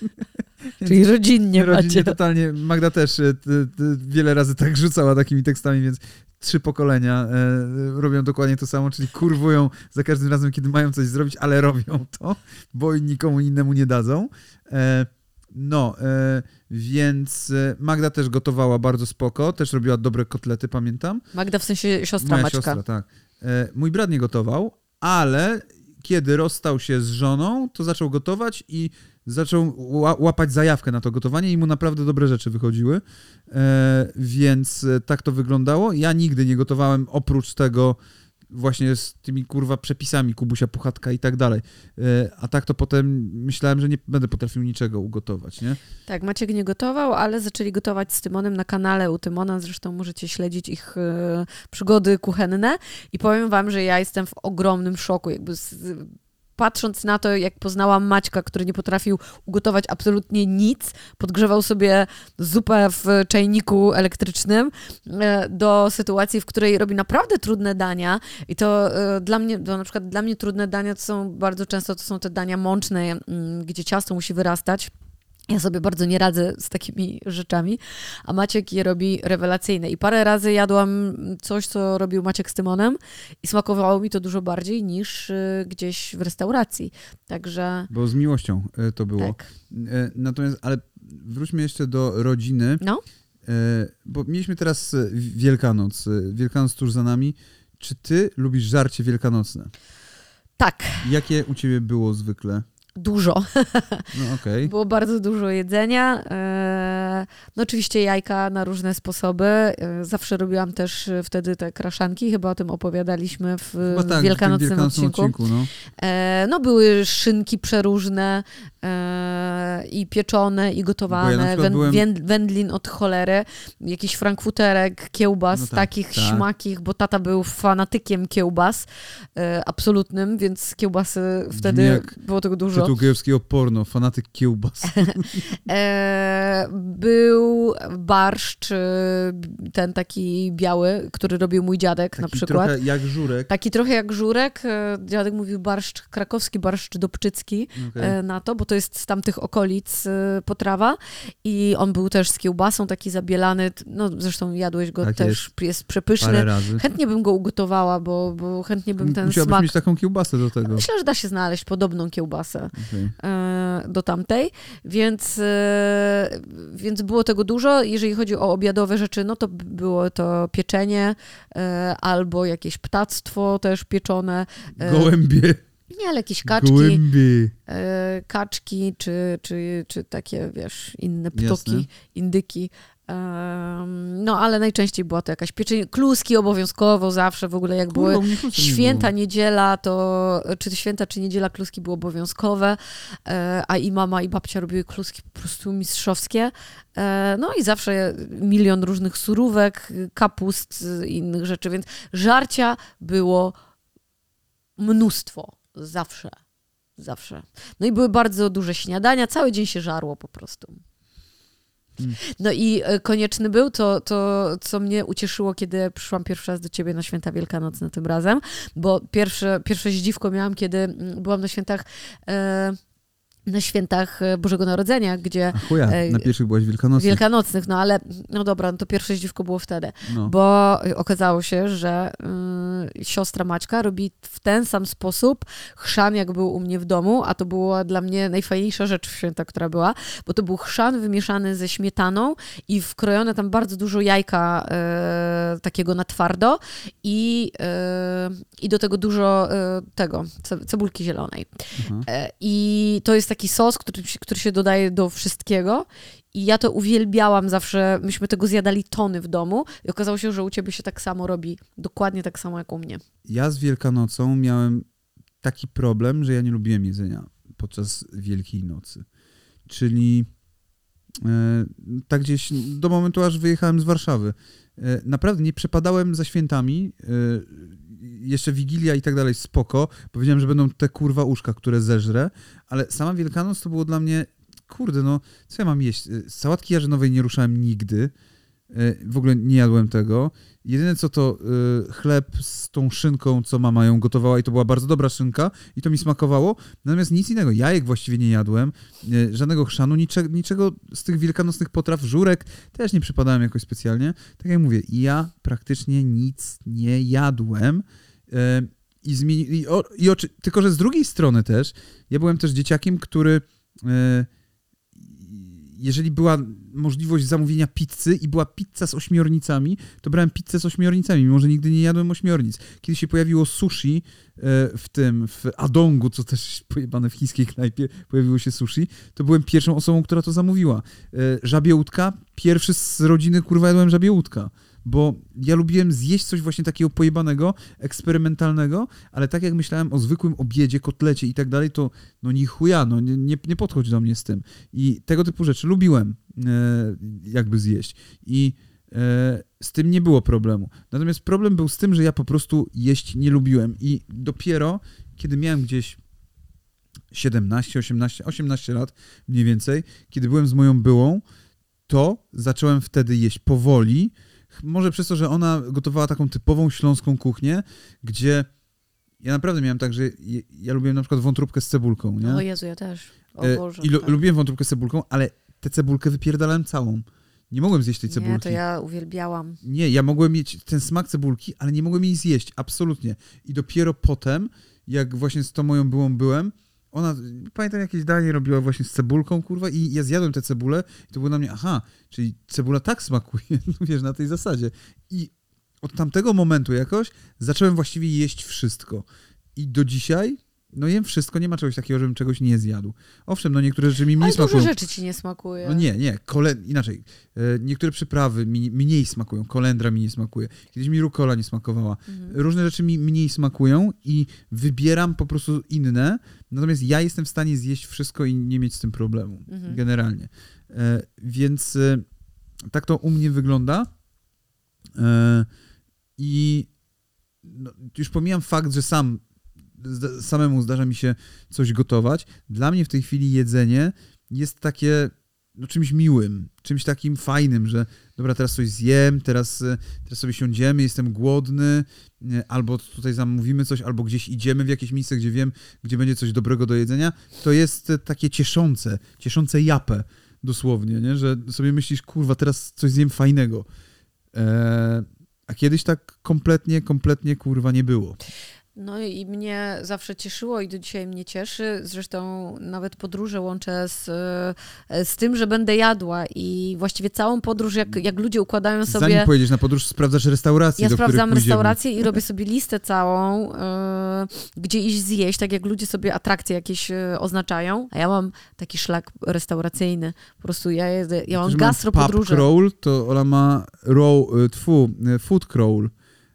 [SPEAKER 2] Czyli rodzinnie
[SPEAKER 1] rodzinnie
[SPEAKER 2] macie.
[SPEAKER 1] Totalnie. Magda też t, t, wiele razy tak rzucała takimi tekstami, więc trzy pokolenia e, robią dokładnie to samo, czyli kurwują za każdym razem, kiedy mają coś zrobić, ale robią to, bo nikomu innemu nie dadzą. E, no, e, więc Magda też gotowała bardzo spoko, też robiła dobre kotlety, pamiętam.
[SPEAKER 2] Magda w sensie siostra
[SPEAKER 1] Moja
[SPEAKER 2] Maćka.
[SPEAKER 1] siostra, tak. E, mój brat nie gotował, ale kiedy rozstał się z żoną, to zaczął gotować i zaczął łapać zajawkę na to gotowanie i mu naprawdę dobre rzeczy wychodziły, e, więc tak to wyglądało. Ja nigdy nie gotowałem oprócz tego właśnie z tymi kurwa przepisami Kubusia Puchatka i tak dalej. E, a tak to potem myślałem, że nie będę potrafił niczego ugotować, nie?
[SPEAKER 2] Tak, Maciek nie gotował, ale zaczęli gotować z Tymonem na kanale u Tymona, zresztą możecie śledzić ich e, przygody kuchenne i powiem wam, że ja jestem w ogromnym szoku, jakby z, patrząc na to, jak poznałam Maćka, który nie potrafił ugotować absolutnie nic, podgrzewał sobie zupę w czajniku elektrycznym, do sytuacji, w której robi naprawdę trudne dania i to dla mnie, to na przykład dla mnie trudne dania to są bardzo często to są te dania mączne, gdzie ciasto musi wyrastać. Ja sobie bardzo nie radzę z takimi rzeczami, a Maciek je robi rewelacyjne. I parę razy jadłam coś, co robił Maciek z Tymonem i smakowało mi to dużo bardziej niż gdzieś w restauracji. Także...
[SPEAKER 1] Bo z miłością to było.
[SPEAKER 2] Tak.
[SPEAKER 1] Natomiast, ale wróćmy jeszcze do rodziny.
[SPEAKER 2] No.
[SPEAKER 1] Bo mieliśmy teraz Wielkanoc. Wielkanoc tuż za nami. Czy ty lubisz żarcie wielkanocne?
[SPEAKER 2] Tak.
[SPEAKER 1] Jakie u ciebie było zwykle?
[SPEAKER 2] Dużo.
[SPEAKER 1] No, okay.
[SPEAKER 2] Było bardzo dużo jedzenia. No oczywiście jajka na różne sposoby. Zawsze robiłam też wtedy te kraszanki, chyba o tym opowiadaliśmy w
[SPEAKER 1] tak,
[SPEAKER 2] wielkanocnym,
[SPEAKER 1] w wielkanocnym odcinku. odcinku no.
[SPEAKER 2] no były szynki przeróżne i pieczone, i gotowane.
[SPEAKER 1] Ja Wę- byłem...
[SPEAKER 2] Wędlin od cholery, jakiś frankfuterek, kiełbas,
[SPEAKER 1] no tak,
[SPEAKER 2] takich
[SPEAKER 1] tak.
[SPEAKER 2] śmakich, bo tata był fanatykiem kiełbas absolutnym, więc kiełbasy wtedy
[SPEAKER 1] jak
[SPEAKER 2] było tego dużo.
[SPEAKER 1] Tytuł gejowskiego porno, fanatyk kiełbas.
[SPEAKER 2] e, był barszcz, ten taki biały, który robił mój dziadek
[SPEAKER 1] taki
[SPEAKER 2] na przykład.
[SPEAKER 1] Trochę jak żurek.
[SPEAKER 2] Taki trochę jak żurek. Dziadek mówił barszcz, krakowski barszcz dobczycki okay. na to, bo to jest z tamtych okolic potrawa i on był też z kiełbasą, taki zabielany, no zresztą jadłeś go
[SPEAKER 1] tak
[SPEAKER 2] też, jest, jest przepyszny.
[SPEAKER 1] Parę razy.
[SPEAKER 2] Chętnie bym go ugotowała, bo, bo chętnie bym ten
[SPEAKER 1] Musiałabyś
[SPEAKER 2] smak...
[SPEAKER 1] mieć taką kiełbasę do tego.
[SPEAKER 2] Myślę, że da się znaleźć podobną kiełbasę
[SPEAKER 1] okay.
[SPEAKER 2] do tamtej, więc, więc było tego dużo. Jeżeli chodzi o obiadowe rzeczy, no to było to pieczenie albo jakieś ptactwo też pieczone.
[SPEAKER 1] Gołębie.
[SPEAKER 2] Nie, ale jakieś kaczki.
[SPEAKER 1] Gołębie.
[SPEAKER 2] Kaczki, czy, czy, czy takie, wiesz, inne ptoki,
[SPEAKER 1] Jasne.
[SPEAKER 2] indyki. No, ale najczęściej była to jakaś pieczenie, kluski obowiązkowo zawsze, w ogóle jak
[SPEAKER 1] Kurwa,
[SPEAKER 2] były święta,
[SPEAKER 1] nie
[SPEAKER 2] niedziela, to czy święta, czy niedziela kluski były obowiązkowe, a i mama, i babcia robiły kluski po prostu mistrzowskie. No i zawsze milion różnych surówek, kapust i innych rzeczy, więc żarcia było mnóstwo, zawsze. Zawsze. No i były bardzo duże śniadania, cały dzień się żarło po prostu. Hmm. No i konieczny był to, to, co mnie ucieszyło, kiedy przyszłam pierwszy raz do ciebie na święta wielkanocne tym razem, bo pierwsze, pierwsze zdziwko miałam, kiedy byłam na świętach... E, na świętach Bożego Narodzenia, gdzie...
[SPEAKER 1] A chuja, na pierwszych byłaś wielkanocnych.
[SPEAKER 2] Wielkanocnych, no ale no dobra, no to pierwsze zdziwko było wtedy, no. Bo okazało się, że y, siostra Maćka robi w ten sam sposób chrzan, jak był u mnie w domu, a to była dla mnie najfajniejsza rzecz w święta, która była, bo to był chrzan wymieszany ze śmietaną i wkrojone tam bardzo dużo jajka y, takiego na twardo i, y, i do tego dużo y, tego, cebulki zielonej. Mhm. Y, I to jest taki sos, który, który się dodaje do wszystkiego i ja to uwielbiałam zawsze, myśmy tego zjadali tony w domu i okazało się, że u ciebie się tak samo robi, dokładnie tak samo jak u mnie.
[SPEAKER 1] Ja z Wielkanocą miałem taki problem, że ja nie lubiłem jedzenia podczas Wielkiej Nocy. Czyli e, tak gdzieś do momentu, aż wyjechałem z Warszawy. E, naprawdę nie przepadałem za świętami, e, jeszcze Wigilia i tak dalej, spoko. Powiedziałem, że będą te kurwa uszka, które zeżrę, ale sama Wielkanoc to było dla mnie, kurde, no, co ja mam jeść? Sałatki jarzynowej nie ruszałem nigdy. W ogóle nie jadłem tego. Jedyne co to chleb z tą szynką, co mama ją gotowała i to była bardzo dobra szynka i to mi smakowało. Natomiast nic innego. Jajek właściwie nie jadłem. Żadnego chrzanu, niczego, niczego z tych wielkanocnych potraw. Żurek też nie przypadałem jakoś specjalnie. Tak jak mówię, ja praktycznie nic nie jadłem. I zmieni... I o... I oczy... Tylko, że z drugiej strony też, ja byłem też dzieciakiem, który jeżeli była możliwość zamówienia pizzy i była pizza z ośmiornicami, to brałem pizzę z ośmiornicami, mimo że nigdy nie jadłem ośmiornic. Kiedy się pojawiło sushi w tym, w Adongu, co też pojebane w chińskiej knajpie, pojawiło się sushi, to byłem pierwszą osobą, która to zamówiła. Żabie łódka, pierwszy z rodziny, kurwa, jadłem żabie łódka. Bo ja lubiłem zjeść coś właśnie takiego pojebanego, eksperymentalnego, ale tak jak myślałem o zwykłym obiedzie, kotlecie i tak dalej, to no ni chuja, no nie, nie, nie podchodź do mnie z tym. I tego typu rzeczy lubiłem e, jakby zjeść. I e, z tym nie było problemu. Natomiast problem był z tym, że ja po prostu jeść nie lubiłem. I dopiero, kiedy miałem gdzieś siedemnaście, osiemnaście, osiemnaście lat mniej więcej, kiedy byłem z moją byłą, to zacząłem wtedy jeść powoli. Może przez to, że ona gotowała taką typową śląską kuchnię, gdzie ja naprawdę miałem tak, że ja, ja lubiłem na przykład wątróbkę z cebulką, nie?
[SPEAKER 2] O Jezu, ja też. O Boże,
[SPEAKER 1] I lu-
[SPEAKER 2] tak.
[SPEAKER 1] lubiłem wątróbkę z cebulką, ale tę cebulkę wypierdalałem całą. Nie mogłem zjeść tej cebulki.
[SPEAKER 2] Nie, to ja uwielbiałam.
[SPEAKER 1] Nie, ja mogłem mieć ten smak cebulki, ale nie mogłem jej zjeść, absolutnie. I dopiero potem, jak właśnie z tą moją byłą byłem, ona, pamiętam, jakieś danie robiła właśnie z cebulką, kurwa, i ja zjadłem tę cebulę i to było na mnie, aha, czyli cebula tak smakuje, no wiesz, na tej zasadzie. I od tamtego momentu jakoś zacząłem właściwie jeść wszystko. I do dzisiaj, no jem wszystko, nie ma czegoś takiego, żebym czegoś nie zjadł. Owszem, no niektóre rzeczy mi mniej
[SPEAKER 2] Ale
[SPEAKER 1] smakują.
[SPEAKER 2] dużo rzeczy ci nie smakuje.
[SPEAKER 1] No nie, nie, kole... inaczej. Niektóre przyprawy mi mniej smakują, kolendra mi nie smakuje. Kiedyś mi rukola nie smakowała. Mhm. Różne rzeczy mi mniej smakują i wybieram po prostu inne, natomiast ja jestem w stanie zjeść wszystko i nie mieć z tym problemu. Mhm. Generalnie. Więc tak to u mnie wygląda. I no, już pomijam fakt, że sam samemu zdarza mi się coś gotować. Dla mnie w tej chwili jedzenie jest takie no, czymś miłym, czymś takim fajnym, że dobra, teraz coś zjem, teraz, teraz sobie siądziemy, jestem głodny, albo tutaj zamówimy coś, albo gdzieś idziemy w jakieś miejsce, gdzie wiem, gdzie będzie coś dobrego do jedzenia. To jest takie cieszące, cieszące japę dosłownie, nie? Że sobie myślisz, kurwa, teraz coś zjem fajnego. Eee, a kiedyś tak kompletnie, kompletnie, kurwa, nie było.
[SPEAKER 2] No i mnie zawsze cieszyło i do dzisiaj mnie cieszy. Zresztą nawet podróże łączę z, z tym, że będę jadła i właściwie całą podróż, jak, jak ludzie układają sobie...
[SPEAKER 1] Zanim pojedziesz na podróż, sprawdzasz restaurację,
[SPEAKER 2] Ja
[SPEAKER 1] do
[SPEAKER 2] sprawdzam
[SPEAKER 1] których
[SPEAKER 2] restaurację i robię sobie listę całą, yy, gdzie iść zjeść, tak jak ludzie sobie atrakcje jakieś yy, oznaczają, a ja mam taki szlak restauracyjny. Po prostu ja, ja mam gastro podróże.
[SPEAKER 1] Pub crawl, to Ola ma roll, tfu, food crawl.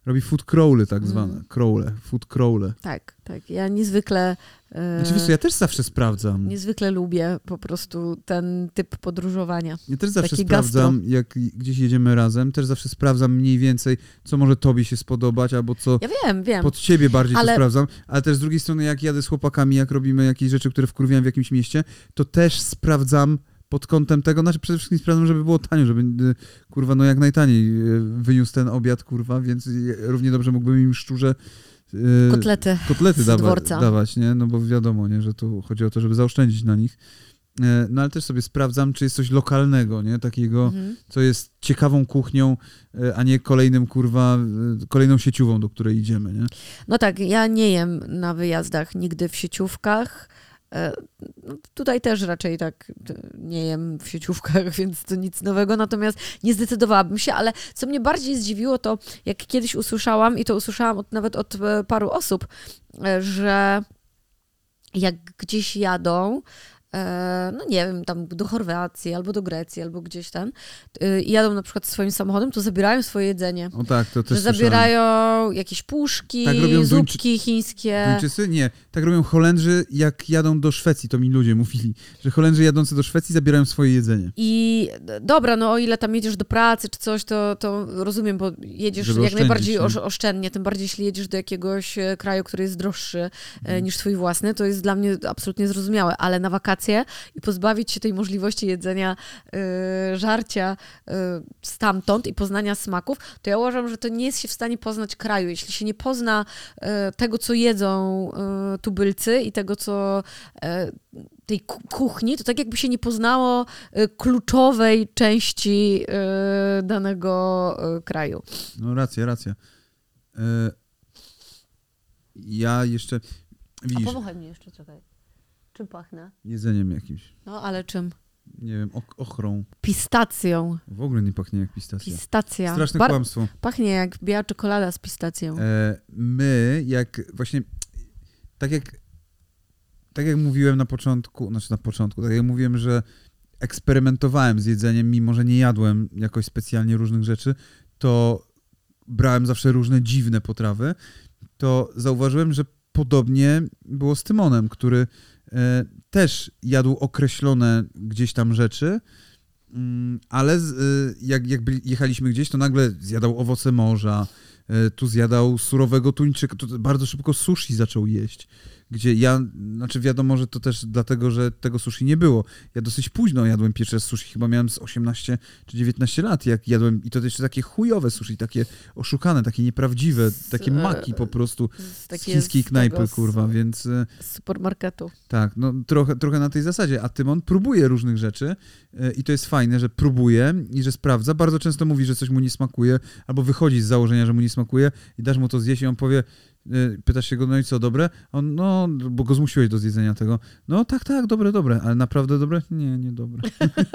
[SPEAKER 1] robi food crawly tak
[SPEAKER 2] Mm.
[SPEAKER 1] zwane, crawle, food crawle.
[SPEAKER 2] Tak, tak. Ja niezwykle... e,
[SPEAKER 1] Znaczy, wiesz co, ja też zawsze sprawdzam.
[SPEAKER 2] Niezwykle lubię po prostu ten typ podróżowania.
[SPEAKER 1] Ja też zawsze
[SPEAKER 2] Taki
[SPEAKER 1] sprawdzam,
[SPEAKER 2] gastro.
[SPEAKER 1] jak gdzieś jedziemy razem, też zawsze sprawdzam mniej więcej, co może tobie się spodobać, albo co
[SPEAKER 2] Ja wiem, wiem.
[SPEAKER 1] pod ciebie bardziej
[SPEAKER 2] Ale-
[SPEAKER 1] to sprawdzam, ale też z drugiej strony, jak jadę z chłopakami, jak robimy jakieś rzeczy, które wkurwiałem w jakimś mieście, to też sprawdzam pod kątem tego, znaczy przede wszystkim sprawdzam, żeby było tanio, żeby y, kurwa, no jak najtaniej y, wyniósł ten obiad, kurwa, więc y, równie dobrze mógłbym im szczurze y,
[SPEAKER 2] Kotlety.
[SPEAKER 1] kotlety
[SPEAKER 2] z
[SPEAKER 1] dawa-
[SPEAKER 2] dworca.
[SPEAKER 1] dawać, nie? No bo wiadomo, nie, że tu chodzi o to, żeby zaoszczędzić na nich. E, No ale też sobie sprawdzam, czy jest coś lokalnego, nie? Takiego,
[SPEAKER 2] Mhm.
[SPEAKER 1] co jest ciekawą kuchnią, e, a nie kolejnym, kurwa, e, kolejną sieciówą, do której idziemy, nie?
[SPEAKER 2] No tak, ja nie jem na wyjazdach nigdy w sieciówkach. E, no, Tutaj też raczej tak t- nie jem w sieciówkach, więc to nic nowego, natomiast nie zdecydowałabym się, ale co mnie bardziej zdziwiło, to jak kiedyś usłyszałam, i to usłyszałam od, nawet od e, paru osób, e, że jak gdzieś jadą, e, no nie wiem, tam do Chorwacji, albo do Grecji, albo gdzieś tam, e, i jadą na przykład swoim samochodem, to zabierają swoje jedzenie.
[SPEAKER 1] O tak, to też
[SPEAKER 2] Że
[SPEAKER 1] słyszałem.
[SPEAKER 2] zabierają jakieś puszki,
[SPEAKER 1] Tak robią Duńczy-
[SPEAKER 2] zupki chińskie.
[SPEAKER 1] Duńczycy? Nie. Tak robią Holendrzy, jak jadą do Szwecji, to mi ludzie mówili, że Holendrzy jadący do Szwecji zabierają swoje jedzenie.
[SPEAKER 2] I d- dobra, no o ile tam jedziesz do pracy czy coś, to, to rozumiem, bo jedziesz
[SPEAKER 1] Żeby
[SPEAKER 2] jak
[SPEAKER 1] oszczędzić,
[SPEAKER 2] najbardziej
[SPEAKER 1] nie?
[SPEAKER 2] osz, oszczędnie, tym bardziej jeśli jedziesz do jakiegoś e, kraju, który jest droższy e,
[SPEAKER 1] Mhm.
[SPEAKER 2] niż twój własny, to jest dla mnie absolutnie zrozumiałe, ale na wakacje i pozbawić się tej możliwości jedzenia, e, żarcia e, stamtąd i poznania smaków, to ja uważam, że to nie jest się w stanie poznać kraju. Jeśli się nie pozna e, tego, co jedzą e, tubylcy i tego, co e, tej ku- kuchni, to tak jakby się nie poznało e, kluczowej części e, danego e, kraju.
[SPEAKER 1] No racja, racja. E, Ja jeszcze, widzisz,
[SPEAKER 2] powąchaj mnie jeszcze, czekaj. Czym pachnę?
[SPEAKER 1] jedzeniem jakimś,
[SPEAKER 2] No, ale czym?
[SPEAKER 1] nie wiem, ok- ochrą.
[SPEAKER 2] Pistacją.
[SPEAKER 1] W ogóle nie pachnie jak pistacja.
[SPEAKER 2] Pistacja.
[SPEAKER 1] Straszne
[SPEAKER 2] Bar-
[SPEAKER 1] kłamstwo.
[SPEAKER 2] Pachnie jak biała czekolada z pistacją.
[SPEAKER 1] E, my, jak właśnie, tak jak, tak jak mówiłem na początku, znaczy na początku, tak jak mówiłem, że eksperymentowałem z jedzeniem, mimo że nie jadłem jakoś specjalnie różnych rzeczy, to brałem zawsze różne dziwne potrawy, to zauważyłem, że podobnie było z Tymonem, który e, też jadł określone gdzieś tam rzeczy, mm, ale z, e, jak, jak byli, jechaliśmy gdzieś, to nagle zjadał owoce morza, e, tu zjadał surowego tuńczyka, to bardzo szybko sushi zaczął jeść, gdzie ja, znaczy wiadomo, że to też dlatego, że tego sushi nie było. Ja dosyć późno jadłem pierwsze sushi, chyba miałem z osiemnaście czy dziewiętnaście lat, jak jadłem, i to jeszcze takie chujowe sushi, takie oszukane, takie nieprawdziwe, takie maki po prostu
[SPEAKER 2] Z,
[SPEAKER 1] z
[SPEAKER 2] takie
[SPEAKER 1] chińskiej
[SPEAKER 2] z
[SPEAKER 1] knajpy,
[SPEAKER 2] tego, z-
[SPEAKER 1] kurwa, więc e,
[SPEAKER 2] Z supermarketu.
[SPEAKER 1] tak, no trochę, trochę na tej zasadzie, a Tymon próbuje różnych rzeczy e, i to jest fajne, że próbuje i że sprawdza. Bardzo często mówi, że coś mu nie smakuje, albo wychodzi z założenia, że mu nie smakuje i dasz mu to zjeść i on powie, e, pytasz się go, no i co, dobre? On, no, bo go zmusiłeś do zjedzenia tego. No tak, tak, dobre, dobre, ale naprawdę dobre? Nie, nie dobre.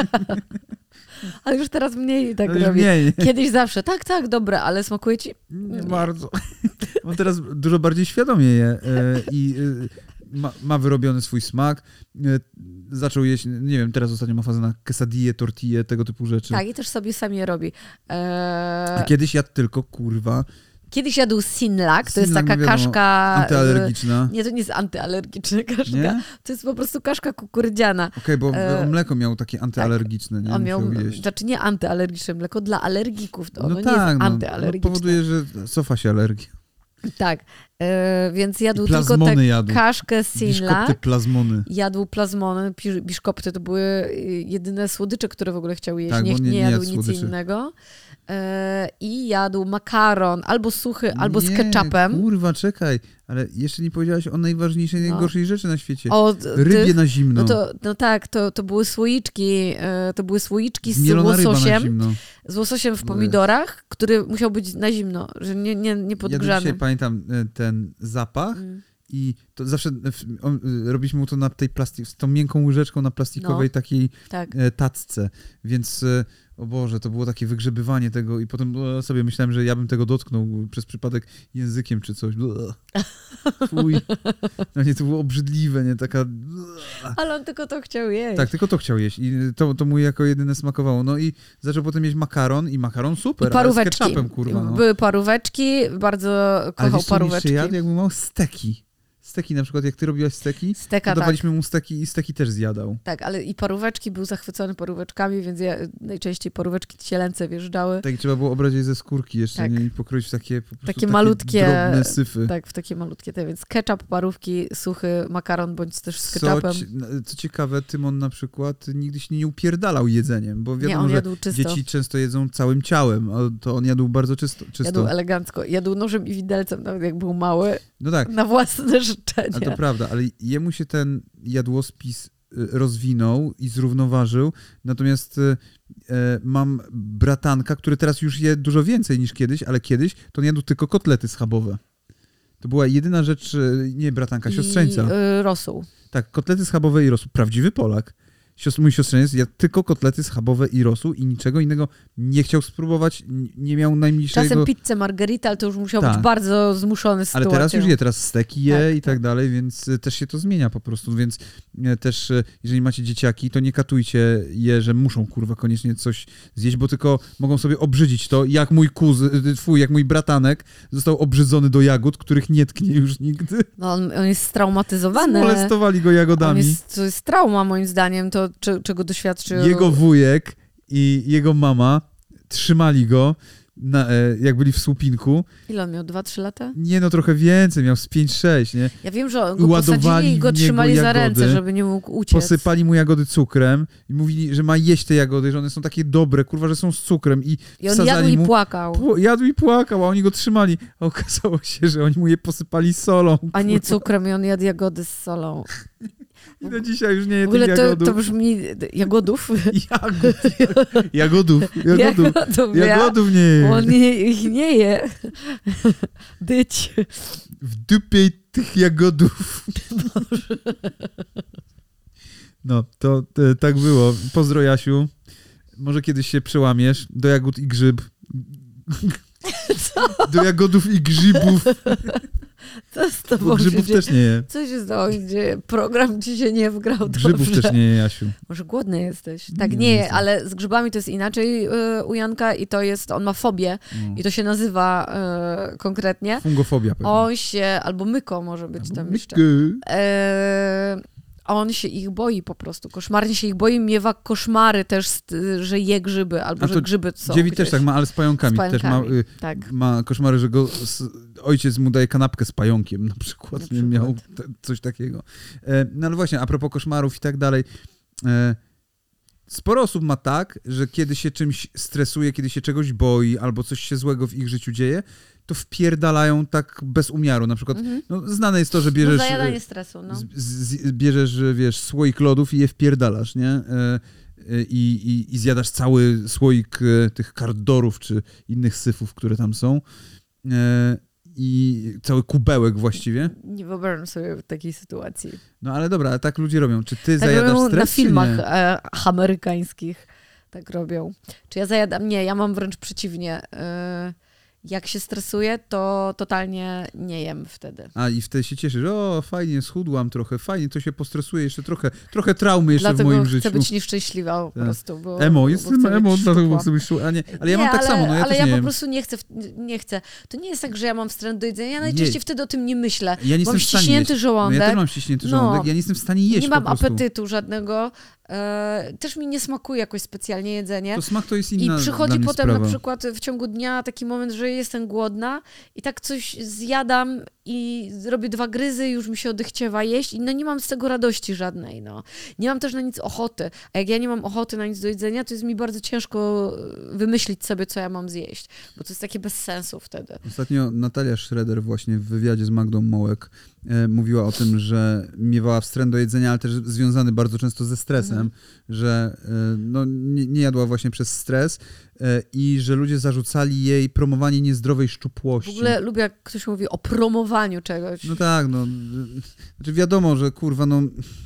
[SPEAKER 2] Ale już teraz mniej tak
[SPEAKER 1] No już
[SPEAKER 2] robi.
[SPEAKER 1] nie, nie,
[SPEAKER 2] Kiedyś zawsze, tak, tak, dobre, ale smakuje ci?
[SPEAKER 1] nie bardzo. On teraz dużo bardziej świadomie je e, i e, ma, ma wyrobiony swój smak. E, zaczął jeść, nie wiem, teraz ostatnio ma fazę na quesadille, tortille, tego typu rzeczy.
[SPEAKER 2] Tak, i też sobie sam je robi.
[SPEAKER 1] A
[SPEAKER 2] Eee,
[SPEAKER 1] kiedyś jadł tylko, kurwa,
[SPEAKER 2] Kiedyś jadł Sinlak, to jest
[SPEAKER 1] Sinlak,
[SPEAKER 2] taka
[SPEAKER 1] no wiadomo,
[SPEAKER 2] kaszka...
[SPEAKER 1] antyalergiczna.
[SPEAKER 2] Nie, to nie jest antyalergiczna kaszka.
[SPEAKER 1] Nie?
[SPEAKER 2] To jest po prostu kaszka kukurydziana.
[SPEAKER 1] Okej, bo
[SPEAKER 2] E,
[SPEAKER 1] on mleko miał takie antyalergiczne, nie?
[SPEAKER 2] On miał,
[SPEAKER 1] Musiał jeść.
[SPEAKER 2] znaczy nie antyalergiczne mleko, dla alergików to ono
[SPEAKER 1] No
[SPEAKER 2] nie
[SPEAKER 1] tak,
[SPEAKER 2] jest
[SPEAKER 1] no, no
[SPEAKER 2] antyalergiczne.
[SPEAKER 1] powoduje, że cofa się alergia.
[SPEAKER 2] Tak, e, więc jadł
[SPEAKER 1] I
[SPEAKER 2] tylko
[SPEAKER 1] plazmony
[SPEAKER 2] tę
[SPEAKER 1] jadł.
[SPEAKER 2] kaszkę
[SPEAKER 1] Biszkopty,
[SPEAKER 2] Sinlak.
[SPEAKER 1] plazmony.
[SPEAKER 2] Jadł plazmony, pi- biszkopty to były y, jedyne słodycze, które w ogóle chciał jeść.
[SPEAKER 1] Tak,
[SPEAKER 2] nie,
[SPEAKER 1] bo nie-
[SPEAKER 2] nie
[SPEAKER 1] nie
[SPEAKER 2] jadł
[SPEAKER 1] jadł
[SPEAKER 2] nic
[SPEAKER 1] słodyczy.
[SPEAKER 2] innego. E, I jadł makaron, albo suchy, albo z
[SPEAKER 1] Nie,
[SPEAKER 2] ketchupem.
[SPEAKER 1] kurwa, czekaj, ale jeszcze nie powiedziałaś o najważniejszej,
[SPEAKER 2] No.
[SPEAKER 1] najgorszej rzeczy na świecie.
[SPEAKER 2] O, ty-
[SPEAKER 1] Rybie na zimno.
[SPEAKER 2] No, to, no tak, to, to były słoiczki, e, to były słoiczki z
[SPEAKER 1] Zmielona ryba na
[SPEAKER 2] łososiem,
[SPEAKER 1] zimno.
[SPEAKER 2] z łososiem w
[SPEAKER 1] Ech.
[SPEAKER 2] pomidorach, który musiał być na zimno, że nie, nie, nie
[SPEAKER 1] Ja do
[SPEAKER 2] podgrzany.
[SPEAKER 1] dzisiaj pamiętam e, ten zapach
[SPEAKER 2] Mm.
[SPEAKER 1] i to zawsze w- on, e, robiliśmy mu to na tej plastik, z tą miękką łyżeczką na plastikowej
[SPEAKER 2] No.
[SPEAKER 1] takiej
[SPEAKER 2] Tak.
[SPEAKER 1] e, tacce, więc e, o Boże, to było takie wygrzebywanie tego i potem o, sobie myślałem, że ja bym tego dotknął przez przypadek językiem czy coś. Fuj. No nie, to było obrzydliwe, nie? Taka...
[SPEAKER 2] Ale on tylko to chciał jeść.
[SPEAKER 1] Tak, tylko to chciał jeść i to, to mu jako jedyne smakowało. No i zaczął potem jeść makaron i makaron super,
[SPEAKER 2] I paróweczki.
[SPEAKER 1] ale z ketchupem, kurwa. No.
[SPEAKER 2] Były paróweczki, bardzo kochał
[SPEAKER 1] ale wiesz,
[SPEAKER 2] paróweczki.
[SPEAKER 1] Ale jadł, jakby miał steki. Steki na przykład, jak ty robiłaś steki,
[SPEAKER 2] Steka,
[SPEAKER 1] dawaliśmy
[SPEAKER 2] tak.
[SPEAKER 1] mu steki i steki też zjadał.
[SPEAKER 2] Tak, ale i paróweczki, był zachwycony paróweczkami, więc ja najczęściej paróweczki cielęce wjeżdżały.
[SPEAKER 1] Tak, trzeba było obrać je ze skórki jeszcze,
[SPEAKER 2] tak.
[SPEAKER 1] nie? I pokroić w takie, po
[SPEAKER 2] takie,
[SPEAKER 1] takie
[SPEAKER 2] malutkie,
[SPEAKER 1] drobne syfy.
[SPEAKER 2] Tak, w takie malutkie te, więc ketchup, parówki, suchy makaron, bądź też z
[SPEAKER 1] co,
[SPEAKER 2] ketchupem.
[SPEAKER 1] Co ciekawe, Tymon na przykład nigdy się nie upierdalał jedzeniem, bo wiadomo,
[SPEAKER 2] nie, on
[SPEAKER 1] że
[SPEAKER 2] jadł czysto.
[SPEAKER 1] dzieci często jedzą całym ciałem, a to on jadł bardzo czysto. czysto.
[SPEAKER 2] Jadł elegancko. Jadł nożem i widelcem, nawet jak był mały,
[SPEAKER 1] no tak.
[SPEAKER 2] na własne życzenie.
[SPEAKER 1] A to prawda, ale jemu się ten jadłospis rozwinął i zrównoważył, natomiast e, mam bratanka, który teraz już je dużo więcej niż kiedyś, ale kiedyś to on jadł tylko kotlety schabowe. To była jedyna rzecz, nie bratanka, siostrzeńca.
[SPEAKER 2] I y, rosół.
[SPEAKER 1] Tak, kotlety schabowe i rosół. Prawdziwy Polak. Siostr, mój siostrzeniec jadł tylko kotlety schabowe i rosół i niczego innego nie chciał spróbować, nie miał najmniejszego...
[SPEAKER 2] Czasem pizzę margarita, ale to już musiał
[SPEAKER 1] tak.
[SPEAKER 2] być bardzo zmuszony z
[SPEAKER 1] Ale
[SPEAKER 2] sytuacją.
[SPEAKER 1] teraz już je, teraz steki je
[SPEAKER 2] tak,
[SPEAKER 1] i tak, tak dalej, więc też się to zmienia po prostu, więc też jeżeli macie dzieciaki, to nie katujcie je, że muszą kurwa koniecznie coś zjeść, bo tylko mogą sobie obrzydzić to, jak mój kuzyn, twój, jak mój bratanek został obrzydzony do jagód, których nie tknie już nigdy.
[SPEAKER 2] No on, on jest straumatyzowany.
[SPEAKER 1] Molestowali go jagodami.
[SPEAKER 2] On jest, to jest trauma moim zdaniem, to czy, czego doświadczył...
[SPEAKER 1] Jego wujek i jego mama trzymali go, na, jak byli w słupinku.
[SPEAKER 2] Ile on miał? dwa trzy lata?
[SPEAKER 1] Nie, no trochę więcej, miał z pięć sześć, nie?
[SPEAKER 2] Ja wiem, że go
[SPEAKER 1] Ładowali
[SPEAKER 2] posadzili i go trzymali za
[SPEAKER 1] jagody,
[SPEAKER 2] ręce, żeby nie mógł uciec.
[SPEAKER 1] Posypali mu jagody cukrem i mówili, że ma jeść te jagody, że one są takie dobre, kurwa, że są z cukrem. I,
[SPEAKER 2] I on jadł
[SPEAKER 1] mu,
[SPEAKER 2] i płakał.
[SPEAKER 1] Pł- jadł i płakał, a oni go trzymali. A okazało się, że oni mu je posypali solą.
[SPEAKER 2] A nie cukrem i on jadł jagody z solą.
[SPEAKER 1] I do dzisiaj już nie je
[SPEAKER 2] w ogóle
[SPEAKER 1] tych
[SPEAKER 2] to,
[SPEAKER 1] jagodów.
[SPEAKER 2] to brzmi... Jagodów?
[SPEAKER 1] Jagód. Jagodów. Jagodów.
[SPEAKER 2] Jagodów,
[SPEAKER 1] Jagodów nie je.
[SPEAKER 2] On nie, ich nie je. Dyć.
[SPEAKER 1] W dupie tych jagodów. No, to e, tak było. Pozdro, Jasiu. Może kiedyś się przełamiesz do jagód i grzyb.
[SPEAKER 2] Co?
[SPEAKER 1] Do jagodów i grzybów.
[SPEAKER 2] Co z tobą
[SPEAKER 1] Bo grzybów
[SPEAKER 2] się
[SPEAKER 1] też nie je.
[SPEAKER 2] Co się stało, gdzie program ci się nie wgrał
[SPEAKER 1] Grzybów
[SPEAKER 2] dobrze?
[SPEAKER 1] też nie je, Jasiu.
[SPEAKER 2] Może głodny jesteś. Tak,
[SPEAKER 1] Nie,
[SPEAKER 2] nie,
[SPEAKER 1] nie
[SPEAKER 2] je,
[SPEAKER 1] jestem.
[SPEAKER 2] ale z grzybami to jest inaczej y, u Janka i to jest, on ma fobię
[SPEAKER 1] No.
[SPEAKER 2] i to się nazywa y, konkretnie.
[SPEAKER 1] Fungofobia pewnie.
[SPEAKER 2] On się, albo myko może być tam jeszcze.
[SPEAKER 1] Myky.
[SPEAKER 2] E, on się ich boi po prostu, koszmarnie się ich boi, miewa koszmary też, z- że je grzyby, albo
[SPEAKER 1] A
[SPEAKER 2] że
[SPEAKER 1] to
[SPEAKER 2] grzyby są
[SPEAKER 1] Dziewić
[SPEAKER 2] gdzieś.
[SPEAKER 1] też tak ma, ale z pająkami.
[SPEAKER 2] Z
[SPEAKER 1] Też ma,
[SPEAKER 2] pająkami,
[SPEAKER 1] y,
[SPEAKER 2] tak.
[SPEAKER 1] ma koszmary, że go s, ojciec mu daje kanapkę z pająkiem na przykład.
[SPEAKER 2] Na
[SPEAKER 1] Nie
[SPEAKER 2] przykład.
[SPEAKER 1] miał te, coś takiego. E, no ale właśnie, a propos koszmarów i tak dalej. E, sporo osób ma tak, że kiedy się czymś stresuje, kiedy się czegoś boi, albo coś się złego w ich życiu dzieje, to wpierdalają tak bez umiaru. Na przykład,
[SPEAKER 2] Mhm.
[SPEAKER 1] no, znane jest to, że
[SPEAKER 2] No
[SPEAKER 1] bierzesz...
[SPEAKER 2] zajadanie stresu, no.
[SPEAKER 1] Z, z, bierzesz, wiesz, słoik lodów i je wpierdalasz, nie? E, e, I, i, I zjadasz cały słoik e, tych kardorów czy innych syfów, które tam są. E, I cały kubełek właściwie.
[SPEAKER 2] Nie wyobrażam sobie takiej sytuacji.
[SPEAKER 1] No ale dobra, ale tak ludzie robią. Czy ty
[SPEAKER 2] Tak
[SPEAKER 1] zajadasz
[SPEAKER 2] robią
[SPEAKER 1] stres,
[SPEAKER 2] na
[SPEAKER 1] czy
[SPEAKER 2] filmach
[SPEAKER 1] nie?
[SPEAKER 2] e, amerykańskich. Tak robią. Czy ja zajadam? Nie, ja mam wręcz przeciwnie. E, jak się stresuję, to totalnie nie jem wtedy.
[SPEAKER 1] A i wtedy się cieszysz, o fajnie, schudłam trochę, fajnie, to się postresuję jeszcze trochę, trochę traumy jeszcze
[SPEAKER 2] Dlatego
[SPEAKER 1] w moim
[SPEAKER 2] chcę
[SPEAKER 1] życiu.
[SPEAKER 2] być nieszczęśliwa po
[SPEAKER 1] Tak.
[SPEAKER 2] prostu. Bo,
[SPEAKER 1] Emo,
[SPEAKER 2] bo
[SPEAKER 1] jestem
[SPEAKER 2] chcę
[SPEAKER 1] emo,
[SPEAKER 2] być
[SPEAKER 1] dlatego
[SPEAKER 2] szczupła.
[SPEAKER 1] chcę być szło- a nie, ale ja
[SPEAKER 2] nie,
[SPEAKER 1] mam tak
[SPEAKER 2] ale,
[SPEAKER 1] samo, no ja
[SPEAKER 2] ale
[SPEAKER 1] też
[SPEAKER 2] ja
[SPEAKER 1] nie
[SPEAKER 2] po
[SPEAKER 1] jem.
[SPEAKER 2] prostu nie chcę, nie chcę. To nie jest tak, że ja mam wstręt do jedzenia, ja najczęściej
[SPEAKER 1] Nie.
[SPEAKER 2] wtedy o tym nie myślę.
[SPEAKER 1] Ja nie
[SPEAKER 2] mam
[SPEAKER 1] jestem w stanie
[SPEAKER 2] ściśnięty
[SPEAKER 1] jeść.
[SPEAKER 2] żołądek.
[SPEAKER 1] No ja też mam ściśnięty
[SPEAKER 2] No.
[SPEAKER 1] żołądek, ja nie jestem w stanie jeść
[SPEAKER 2] nie mam
[SPEAKER 1] po prostu.
[SPEAKER 2] apetytu żadnego. E, też mi nie smakuje jakoś specjalnie jedzenie.
[SPEAKER 1] To smak to jest
[SPEAKER 2] I
[SPEAKER 1] inna
[SPEAKER 2] przychodzi
[SPEAKER 1] dla mnie
[SPEAKER 2] potem
[SPEAKER 1] sprawa.
[SPEAKER 2] na przykład w ciągu dnia taki moment, że jestem głodna i tak coś zjadam i robię dwa gryzy i już mi się odechciewa jeść i no nie mam z tego radości żadnej, no. Nie mam też na nic ochoty, a jak ja nie mam ochoty na nic do jedzenia, to jest mi bardzo ciężko wymyślić sobie, co ja mam zjeść, bo to jest takie bez sensu wtedy.
[SPEAKER 1] Ostatnio Natalia Schroeder właśnie w wywiadzie z Magdą Mołek e, mówiła o tym, że miewała wstręt do jedzenia, ale też związany bardzo często ze stresem,
[SPEAKER 2] Mhm.
[SPEAKER 1] że e, no, nie, nie jadła właśnie przez stres e, i że ludzie zarzucali jej promowanie niezdrowej szczupłości.
[SPEAKER 2] W ogóle lubię, jak ktoś mówi o promowaniu czegoś.
[SPEAKER 1] No tak, no. Znaczy wiadomo, że kurwa, no...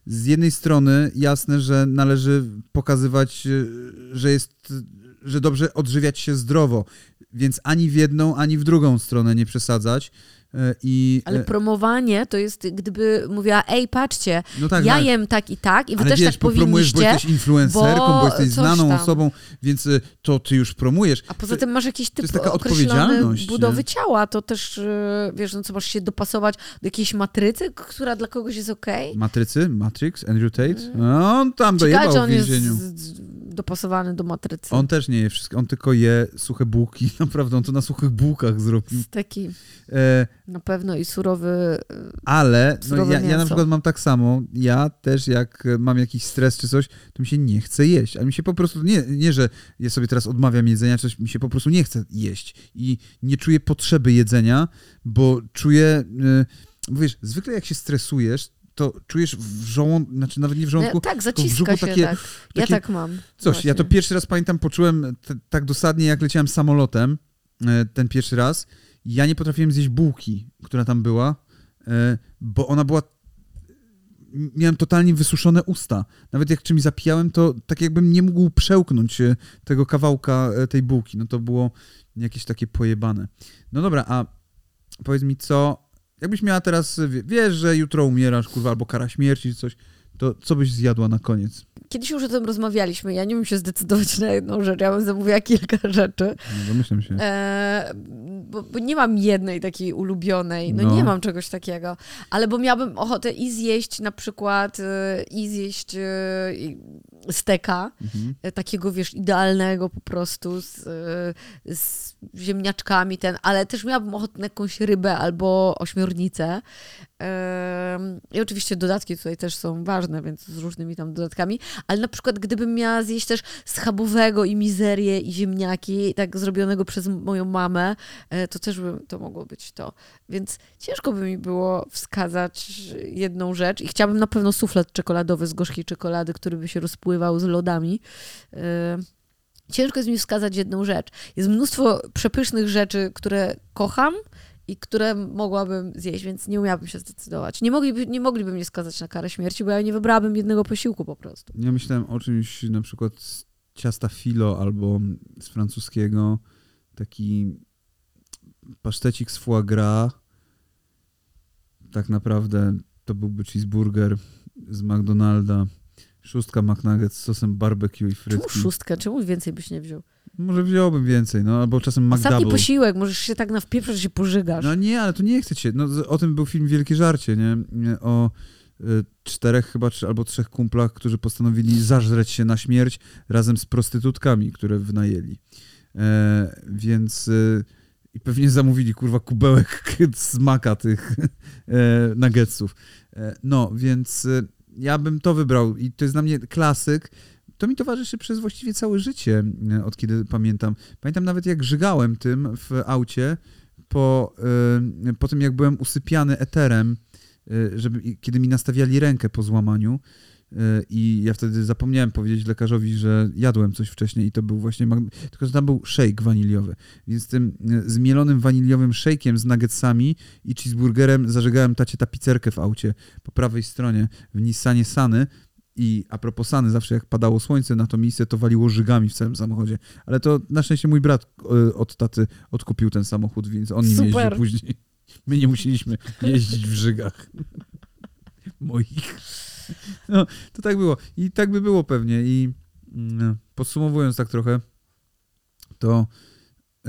[SPEAKER 1] z jednej strony jasne, że należy pokazywać, że jest, że dobrze odżywiać się zdrowo, więc ani w jedną, ani w drugą stronę nie przesadzać. I,
[SPEAKER 2] ale promowanie to jest, gdyby mówiła, ej, patrzcie,
[SPEAKER 1] no tak,
[SPEAKER 2] ja
[SPEAKER 1] tak.
[SPEAKER 2] jem tak i tak i wy
[SPEAKER 1] ale
[SPEAKER 2] też
[SPEAKER 1] wiesz,
[SPEAKER 2] tak powinniście,
[SPEAKER 1] bo jesteś influencerką, bo, bo jesteś znaną
[SPEAKER 2] tam.
[SPEAKER 1] osobą, więc to ty już promujesz.
[SPEAKER 2] A poza tym masz jakiś typ
[SPEAKER 1] taka
[SPEAKER 2] określony budowy
[SPEAKER 1] nie?
[SPEAKER 2] ciała, to też, wiesz, no co, masz się dopasować do jakiejś matrycy, która dla kogoś jest okej? Okay?
[SPEAKER 1] Matrycy? Matrix? Andrew Tate? No, on tam
[SPEAKER 2] Ciekawe,
[SPEAKER 1] dojebał
[SPEAKER 2] on
[SPEAKER 1] w więzieniu.
[SPEAKER 2] Jest dopasowany do matrycy.
[SPEAKER 1] On też nie je wszystko, on tylko je suche bułki, naprawdę, on to na suchych bułkach zrobił.
[SPEAKER 2] Taki,
[SPEAKER 1] e...
[SPEAKER 2] na pewno i surowy
[SPEAKER 1] Ale no,
[SPEAKER 2] surowe
[SPEAKER 1] ja, ja na przykład mam tak samo, ja też jak mam jakiś stres czy coś, to mi się nie chce jeść, ale mi się po prostu, nie, nie że ja sobie teraz odmawiam jedzenia, coś mi się po prostu nie chce jeść i nie czuję potrzeby jedzenia, bo czuję, yy, wiesz, zwykle jak się stresujesz, to czujesz w żołądku, znaczy nawet nie w żołądku,
[SPEAKER 2] no, tak, zaciska
[SPEAKER 1] w brzuchu
[SPEAKER 2] się,
[SPEAKER 1] takie,
[SPEAKER 2] tak. Ja
[SPEAKER 1] takie,
[SPEAKER 2] tak mam.
[SPEAKER 1] Coś,
[SPEAKER 2] właśnie.
[SPEAKER 1] ja to pierwszy raz pamiętam, poczułem t- tak dosadnie, jak leciałem samolotem, yy, ten pierwszy raz. Ja nie potrafiłem zjeść bułki, która tam była, yy, bo ona była, miałem totalnie wysuszone usta. Nawet jak czymś zapijałem, to tak jakbym nie mógł przełknąć yy, tego kawałka yy, tej bułki. No to było jakieś takie pojebane. No dobra, a powiedz mi, co, jakbyś miała teraz, wiesz, że jutro umierasz, kurwa, albo kara śmierci czy coś, to co byś zjadła na koniec?
[SPEAKER 2] Kiedyś już o tym rozmawialiśmy. Ja nie umiem się zdecydować na jedną rzecz. Ja bym zamówiła kilka rzeczy.
[SPEAKER 1] No, domyślam się.
[SPEAKER 2] E, bo, bo nie mam jednej takiej ulubionej. No,
[SPEAKER 1] no
[SPEAKER 2] nie mam czegoś takiego. Ale bo miałabym ochotę i zjeść na przykład i zjeść steka. Mhm. Takiego, wiesz, idealnego po prostu z, z ziemniaczkami ten. Ale też miałabym ochotę na jakąś rybę albo ośmiornicę. I oczywiście dodatki tutaj też są ważne, więc z różnymi tam dodatkami, ale na przykład gdybym miała zjeść też schabowego i mizerię i ziemniaki, tak zrobionego przez moją mamę, to też by to mogło być to. Więc ciężko by mi było wskazać jedną rzecz i chciałabym na pewno suflet czekoladowy z gorzkiej czekolady, który by się rozpływał z lodami. Ciężko jest mi wskazać jedną rzecz. Jest mnóstwo przepysznych rzeczy, które kocham, i które mogłabym zjeść, więc nie umiałabym się zdecydować. Nie mogliby, nie mogliby mnie skazać na karę śmierci, bo ja nie wybrałabym jednego posiłku po prostu.
[SPEAKER 1] Ja myślałem o czymś na przykład z ciasta filo albo z francuskiego, taki pasztecik z foie gras. Tak naprawdę to byłby cheeseburger z McDonalda, szóstka McNuggets z sosem barbecue i frytki.
[SPEAKER 2] Czemu szóstka? Czemu więcej byś nie wziął?
[SPEAKER 1] Może wziąłbym więcej, no albo czasem McDouble.
[SPEAKER 2] Ostatni posiłek, możesz się tak nawpieprzyć, że się pożygasz.
[SPEAKER 1] No nie, ale to nie chce cię. No, o tym był film Wielkie Żarcie, nie? O y, czterech chyba, czy, albo trzech kumplach, którzy postanowili zażreć się na śmierć razem z prostytutkami, które wynajęli. E, więc y, i pewnie zamówili, kurwa, kubełek smaka tych e, nuggetsów. E, no, więc y, ja bym to wybrał i to jest dla mnie klasyk. To mi towarzyszy przez właściwie całe życie, od kiedy pamiętam. Pamiętam nawet, jak żygałem tym w aucie, po, y, po tym, jak byłem usypiany eterem, y, żeby, kiedy mi nastawiali rękę po złamaniu y, i ja wtedy zapomniałem powiedzieć lekarzowi, że jadłem coś wcześniej i to był właśnie, tylko że tam był shake waniliowy. Więc tym zmielonym waniliowym shake'iem z nuggetsami i cheeseburgerem zażygałem tacie tapicerkę w aucie po prawej stronie w Nissanie Sany. I a propos Sany, zawsze jak padało słońce na to miejsce, to waliło żygami w całym samochodzie. Ale to na szczęście mój brat y, od taty odkupił ten samochód, więc on nim jeździł później. My nie musieliśmy jeździć w żygach moich. No, to tak było. I tak by było pewnie. I y, podsumowując tak trochę, to y,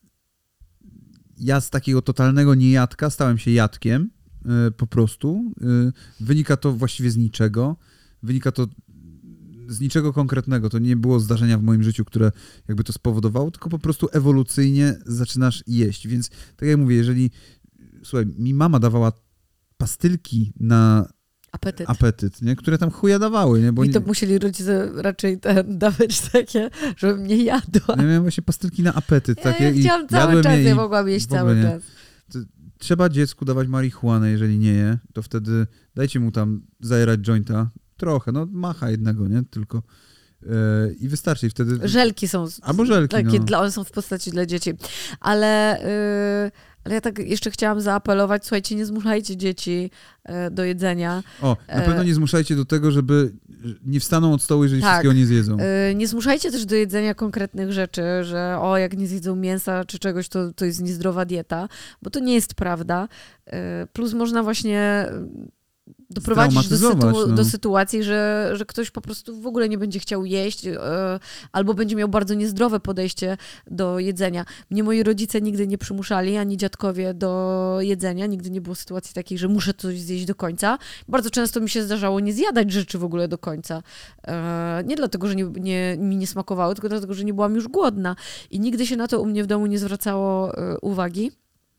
[SPEAKER 1] ja z takiego totalnego niejadka stałem się jadkiem y, po prostu. Y, wynika to właściwie z niczego. Wynika to z niczego konkretnego. To nie było zdarzenia w moim życiu, które jakby to spowodowało, tylko po prostu ewolucyjnie zaczynasz jeść. Więc tak jak mówię, jeżeli słuchaj, mi mama dawała pastylki na
[SPEAKER 2] apetyt,
[SPEAKER 1] apetyt nie? Które tam chuja dawały. Nie? Bo
[SPEAKER 2] I to
[SPEAKER 1] nie...
[SPEAKER 2] musieli rodzice raczej ten, dawać takie, żebym nie jadła.
[SPEAKER 1] Ja miałem właśnie pastylki na apetyt.
[SPEAKER 2] Ja,
[SPEAKER 1] takie,
[SPEAKER 2] ja chciałam
[SPEAKER 1] i
[SPEAKER 2] cały czas,
[SPEAKER 1] je
[SPEAKER 2] ja
[SPEAKER 1] i
[SPEAKER 2] mogłam jeść cały
[SPEAKER 1] nie.
[SPEAKER 2] czas.
[SPEAKER 1] Trzeba dziecku dawać marihuanę, jeżeli nie je, to wtedy dajcie mu tam zajerać jointa. Trochę, no macha jednego, nie? Tylko yy, i wystarczy. I wtedy...
[SPEAKER 2] Żelki są.
[SPEAKER 1] Albo żelki,
[SPEAKER 2] takie
[SPEAKER 1] no.
[SPEAKER 2] dla, one są w postaci dla dzieci. Ale, Ale ja tak jeszcze chciałam zaapelować, słuchajcie, nie zmuszajcie dzieci e, do jedzenia.
[SPEAKER 1] O, na pewno nie zmuszajcie do tego, żeby nie wstaną od stołu, jeżeli tak. wszystkiego nie zjedzą.
[SPEAKER 2] E, nie zmuszajcie też do jedzenia konkretnych rzeczy, że o, jak nie zjedzą mięsa czy czegoś, to, to jest niezdrowa dieta, bo to nie jest prawda. E, plus można właśnie doprowadzić do, sytu- no. do sytuacji, że, że ktoś po prostu w ogóle nie będzie chciał jeść yy, albo będzie miał bardzo niezdrowe podejście do jedzenia. Mnie moi rodzice nigdy nie przymuszali, ani dziadkowie do jedzenia. Nigdy nie było sytuacji takiej, że muszę coś zjeść do końca. Bardzo często mi się zdarzało nie zjadać rzeczy w ogóle do końca. Yy, nie dlatego, że nie, nie, mi nie smakowały, tylko dlatego, że nie byłam już głodna. I nigdy się na to u mnie w domu nie zwracało yy, uwagi.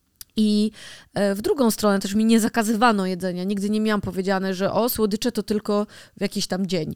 [SPEAKER 2] I w drugą stronę też mi nie zakazywano jedzenia. Nigdy nie miałam powiedziane, że o, słodycze to tylko w jakiś tam dzień.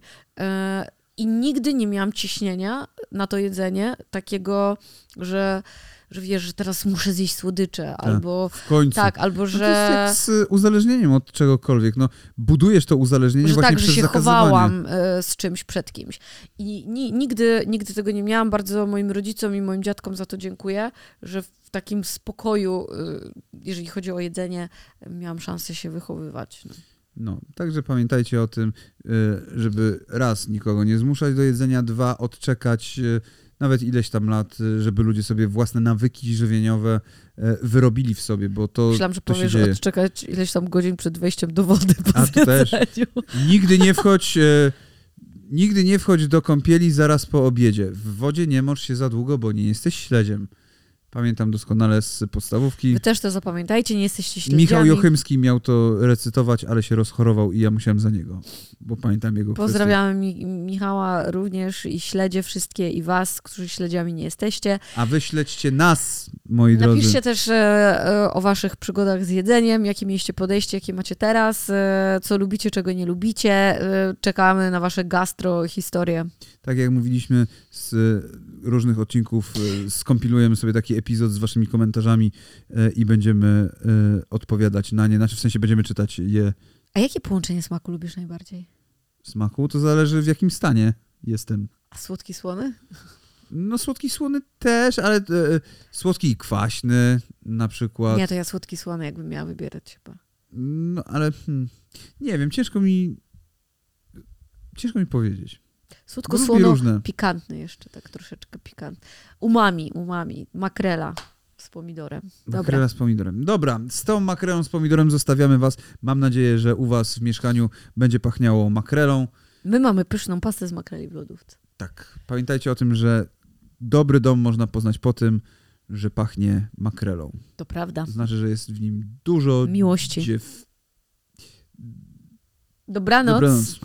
[SPEAKER 2] I nigdy nie miałam ciśnienia na to jedzenie, takiego, że, że wiesz, że teraz muszę zjeść słodycze, albo
[SPEAKER 1] w końcu.
[SPEAKER 2] Tak, albo że...
[SPEAKER 1] No to jest jak z uzależnieniem od czegokolwiek. No, budujesz to uzależnienie
[SPEAKER 2] że
[SPEAKER 1] właśnie
[SPEAKER 2] tak,
[SPEAKER 1] przez
[SPEAKER 2] że się
[SPEAKER 1] zakazywanie.
[SPEAKER 2] chowałam z czymś przed kimś. I nigdy, nigdy tego nie miałam. Bardzo moim rodzicom i moim dziadkom za to dziękuję, że w takim spokoju, jeżeli chodzi o jedzenie, miałam szansę się wychowywać. No.
[SPEAKER 1] No, także pamiętajcie o tym, żeby raz nikogo nie zmuszać do jedzenia, dwa odczekać nawet ileś tam lat, żeby ludzie sobie własne nawyki żywieniowe wyrobili w sobie, bo to
[SPEAKER 2] Myślałam, że
[SPEAKER 1] to
[SPEAKER 2] powiesz
[SPEAKER 1] się dzieje.
[SPEAKER 2] Odczekać ileś tam godzin przed wejściem do wody po
[SPEAKER 1] A to też. Nigdy nie wchodź, e, nigdy nie wchodź do kąpieli zaraz po obiedzie. W wodzie nie mocz się za długo, bo nie jesteś śledziem. Pamiętam doskonale z podstawówki.
[SPEAKER 2] Wy też to zapamiętajcie, nie jesteście śledziami.
[SPEAKER 1] Michał Jochymski miał to recytować, ale się rozchorował i ja musiałem za niego, bo pamiętam jego
[SPEAKER 2] Pozdrawiamy Mi- Michała również i śledzie wszystkie i was, którzy śledziami nie jesteście.
[SPEAKER 1] A wy śledźcie nas, moi drodzy.
[SPEAKER 2] Napiszcie też e, o waszych przygodach z jedzeniem, jakie mieliście podejście, jakie macie teraz, e, co lubicie, czego nie lubicie. E, czekamy na wasze gastro historie.
[SPEAKER 1] Tak jak mówiliśmy z różnych odcinków, skompilujemy sobie taki epizod z waszymi komentarzami i będziemy odpowiadać na nie. Znaczy w sensie będziemy czytać je.
[SPEAKER 2] A jakie połączenie smaku lubisz najbardziej?
[SPEAKER 1] Smaku? To zależy w jakim stanie jestem.
[SPEAKER 2] A słodki, słony?
[SPEAKER 1] No słodki, słony też, ale e, słodki i kwaśny na przykład.
[SPEAKER 2] Nie, to ja słodki, słony jakbym miała wybierać chyba.
[SPEAKER 1] No ale hmm, nie wiem, ciężko mi ciężko mi powiedzieć.
[SPEAKER 2] Słodko, słono, pikantny jeszcze, tak troszeczkę pikantny. Umami, umami, makrela z pomidorem. Dobra.
[SPEAKER 1] Makrela z pomidorem. Dobra, z tą makrelą z pomidorem zostawiamy was. Mam nadzieję, że u was w mieszkaniu będzie pachniało makrelą.
[SPEAKER 2] My mamy pyszną pastę z makreli w lodówce.
[SPEAKER 1] Tak, pamiętajcie o tym, że dobry dom można poznać po tym, że pachnie makrelą.
[SPEAKER 2] To prawda.
[SPEAKER 1] To znaczy, że jest w nim dużo
[SPEAKER 2] miłości.
[SPEAKER 1] Dziew...
[SPEAKER 2] Dobranoc.
[SPEAKER 1] Dobranoc.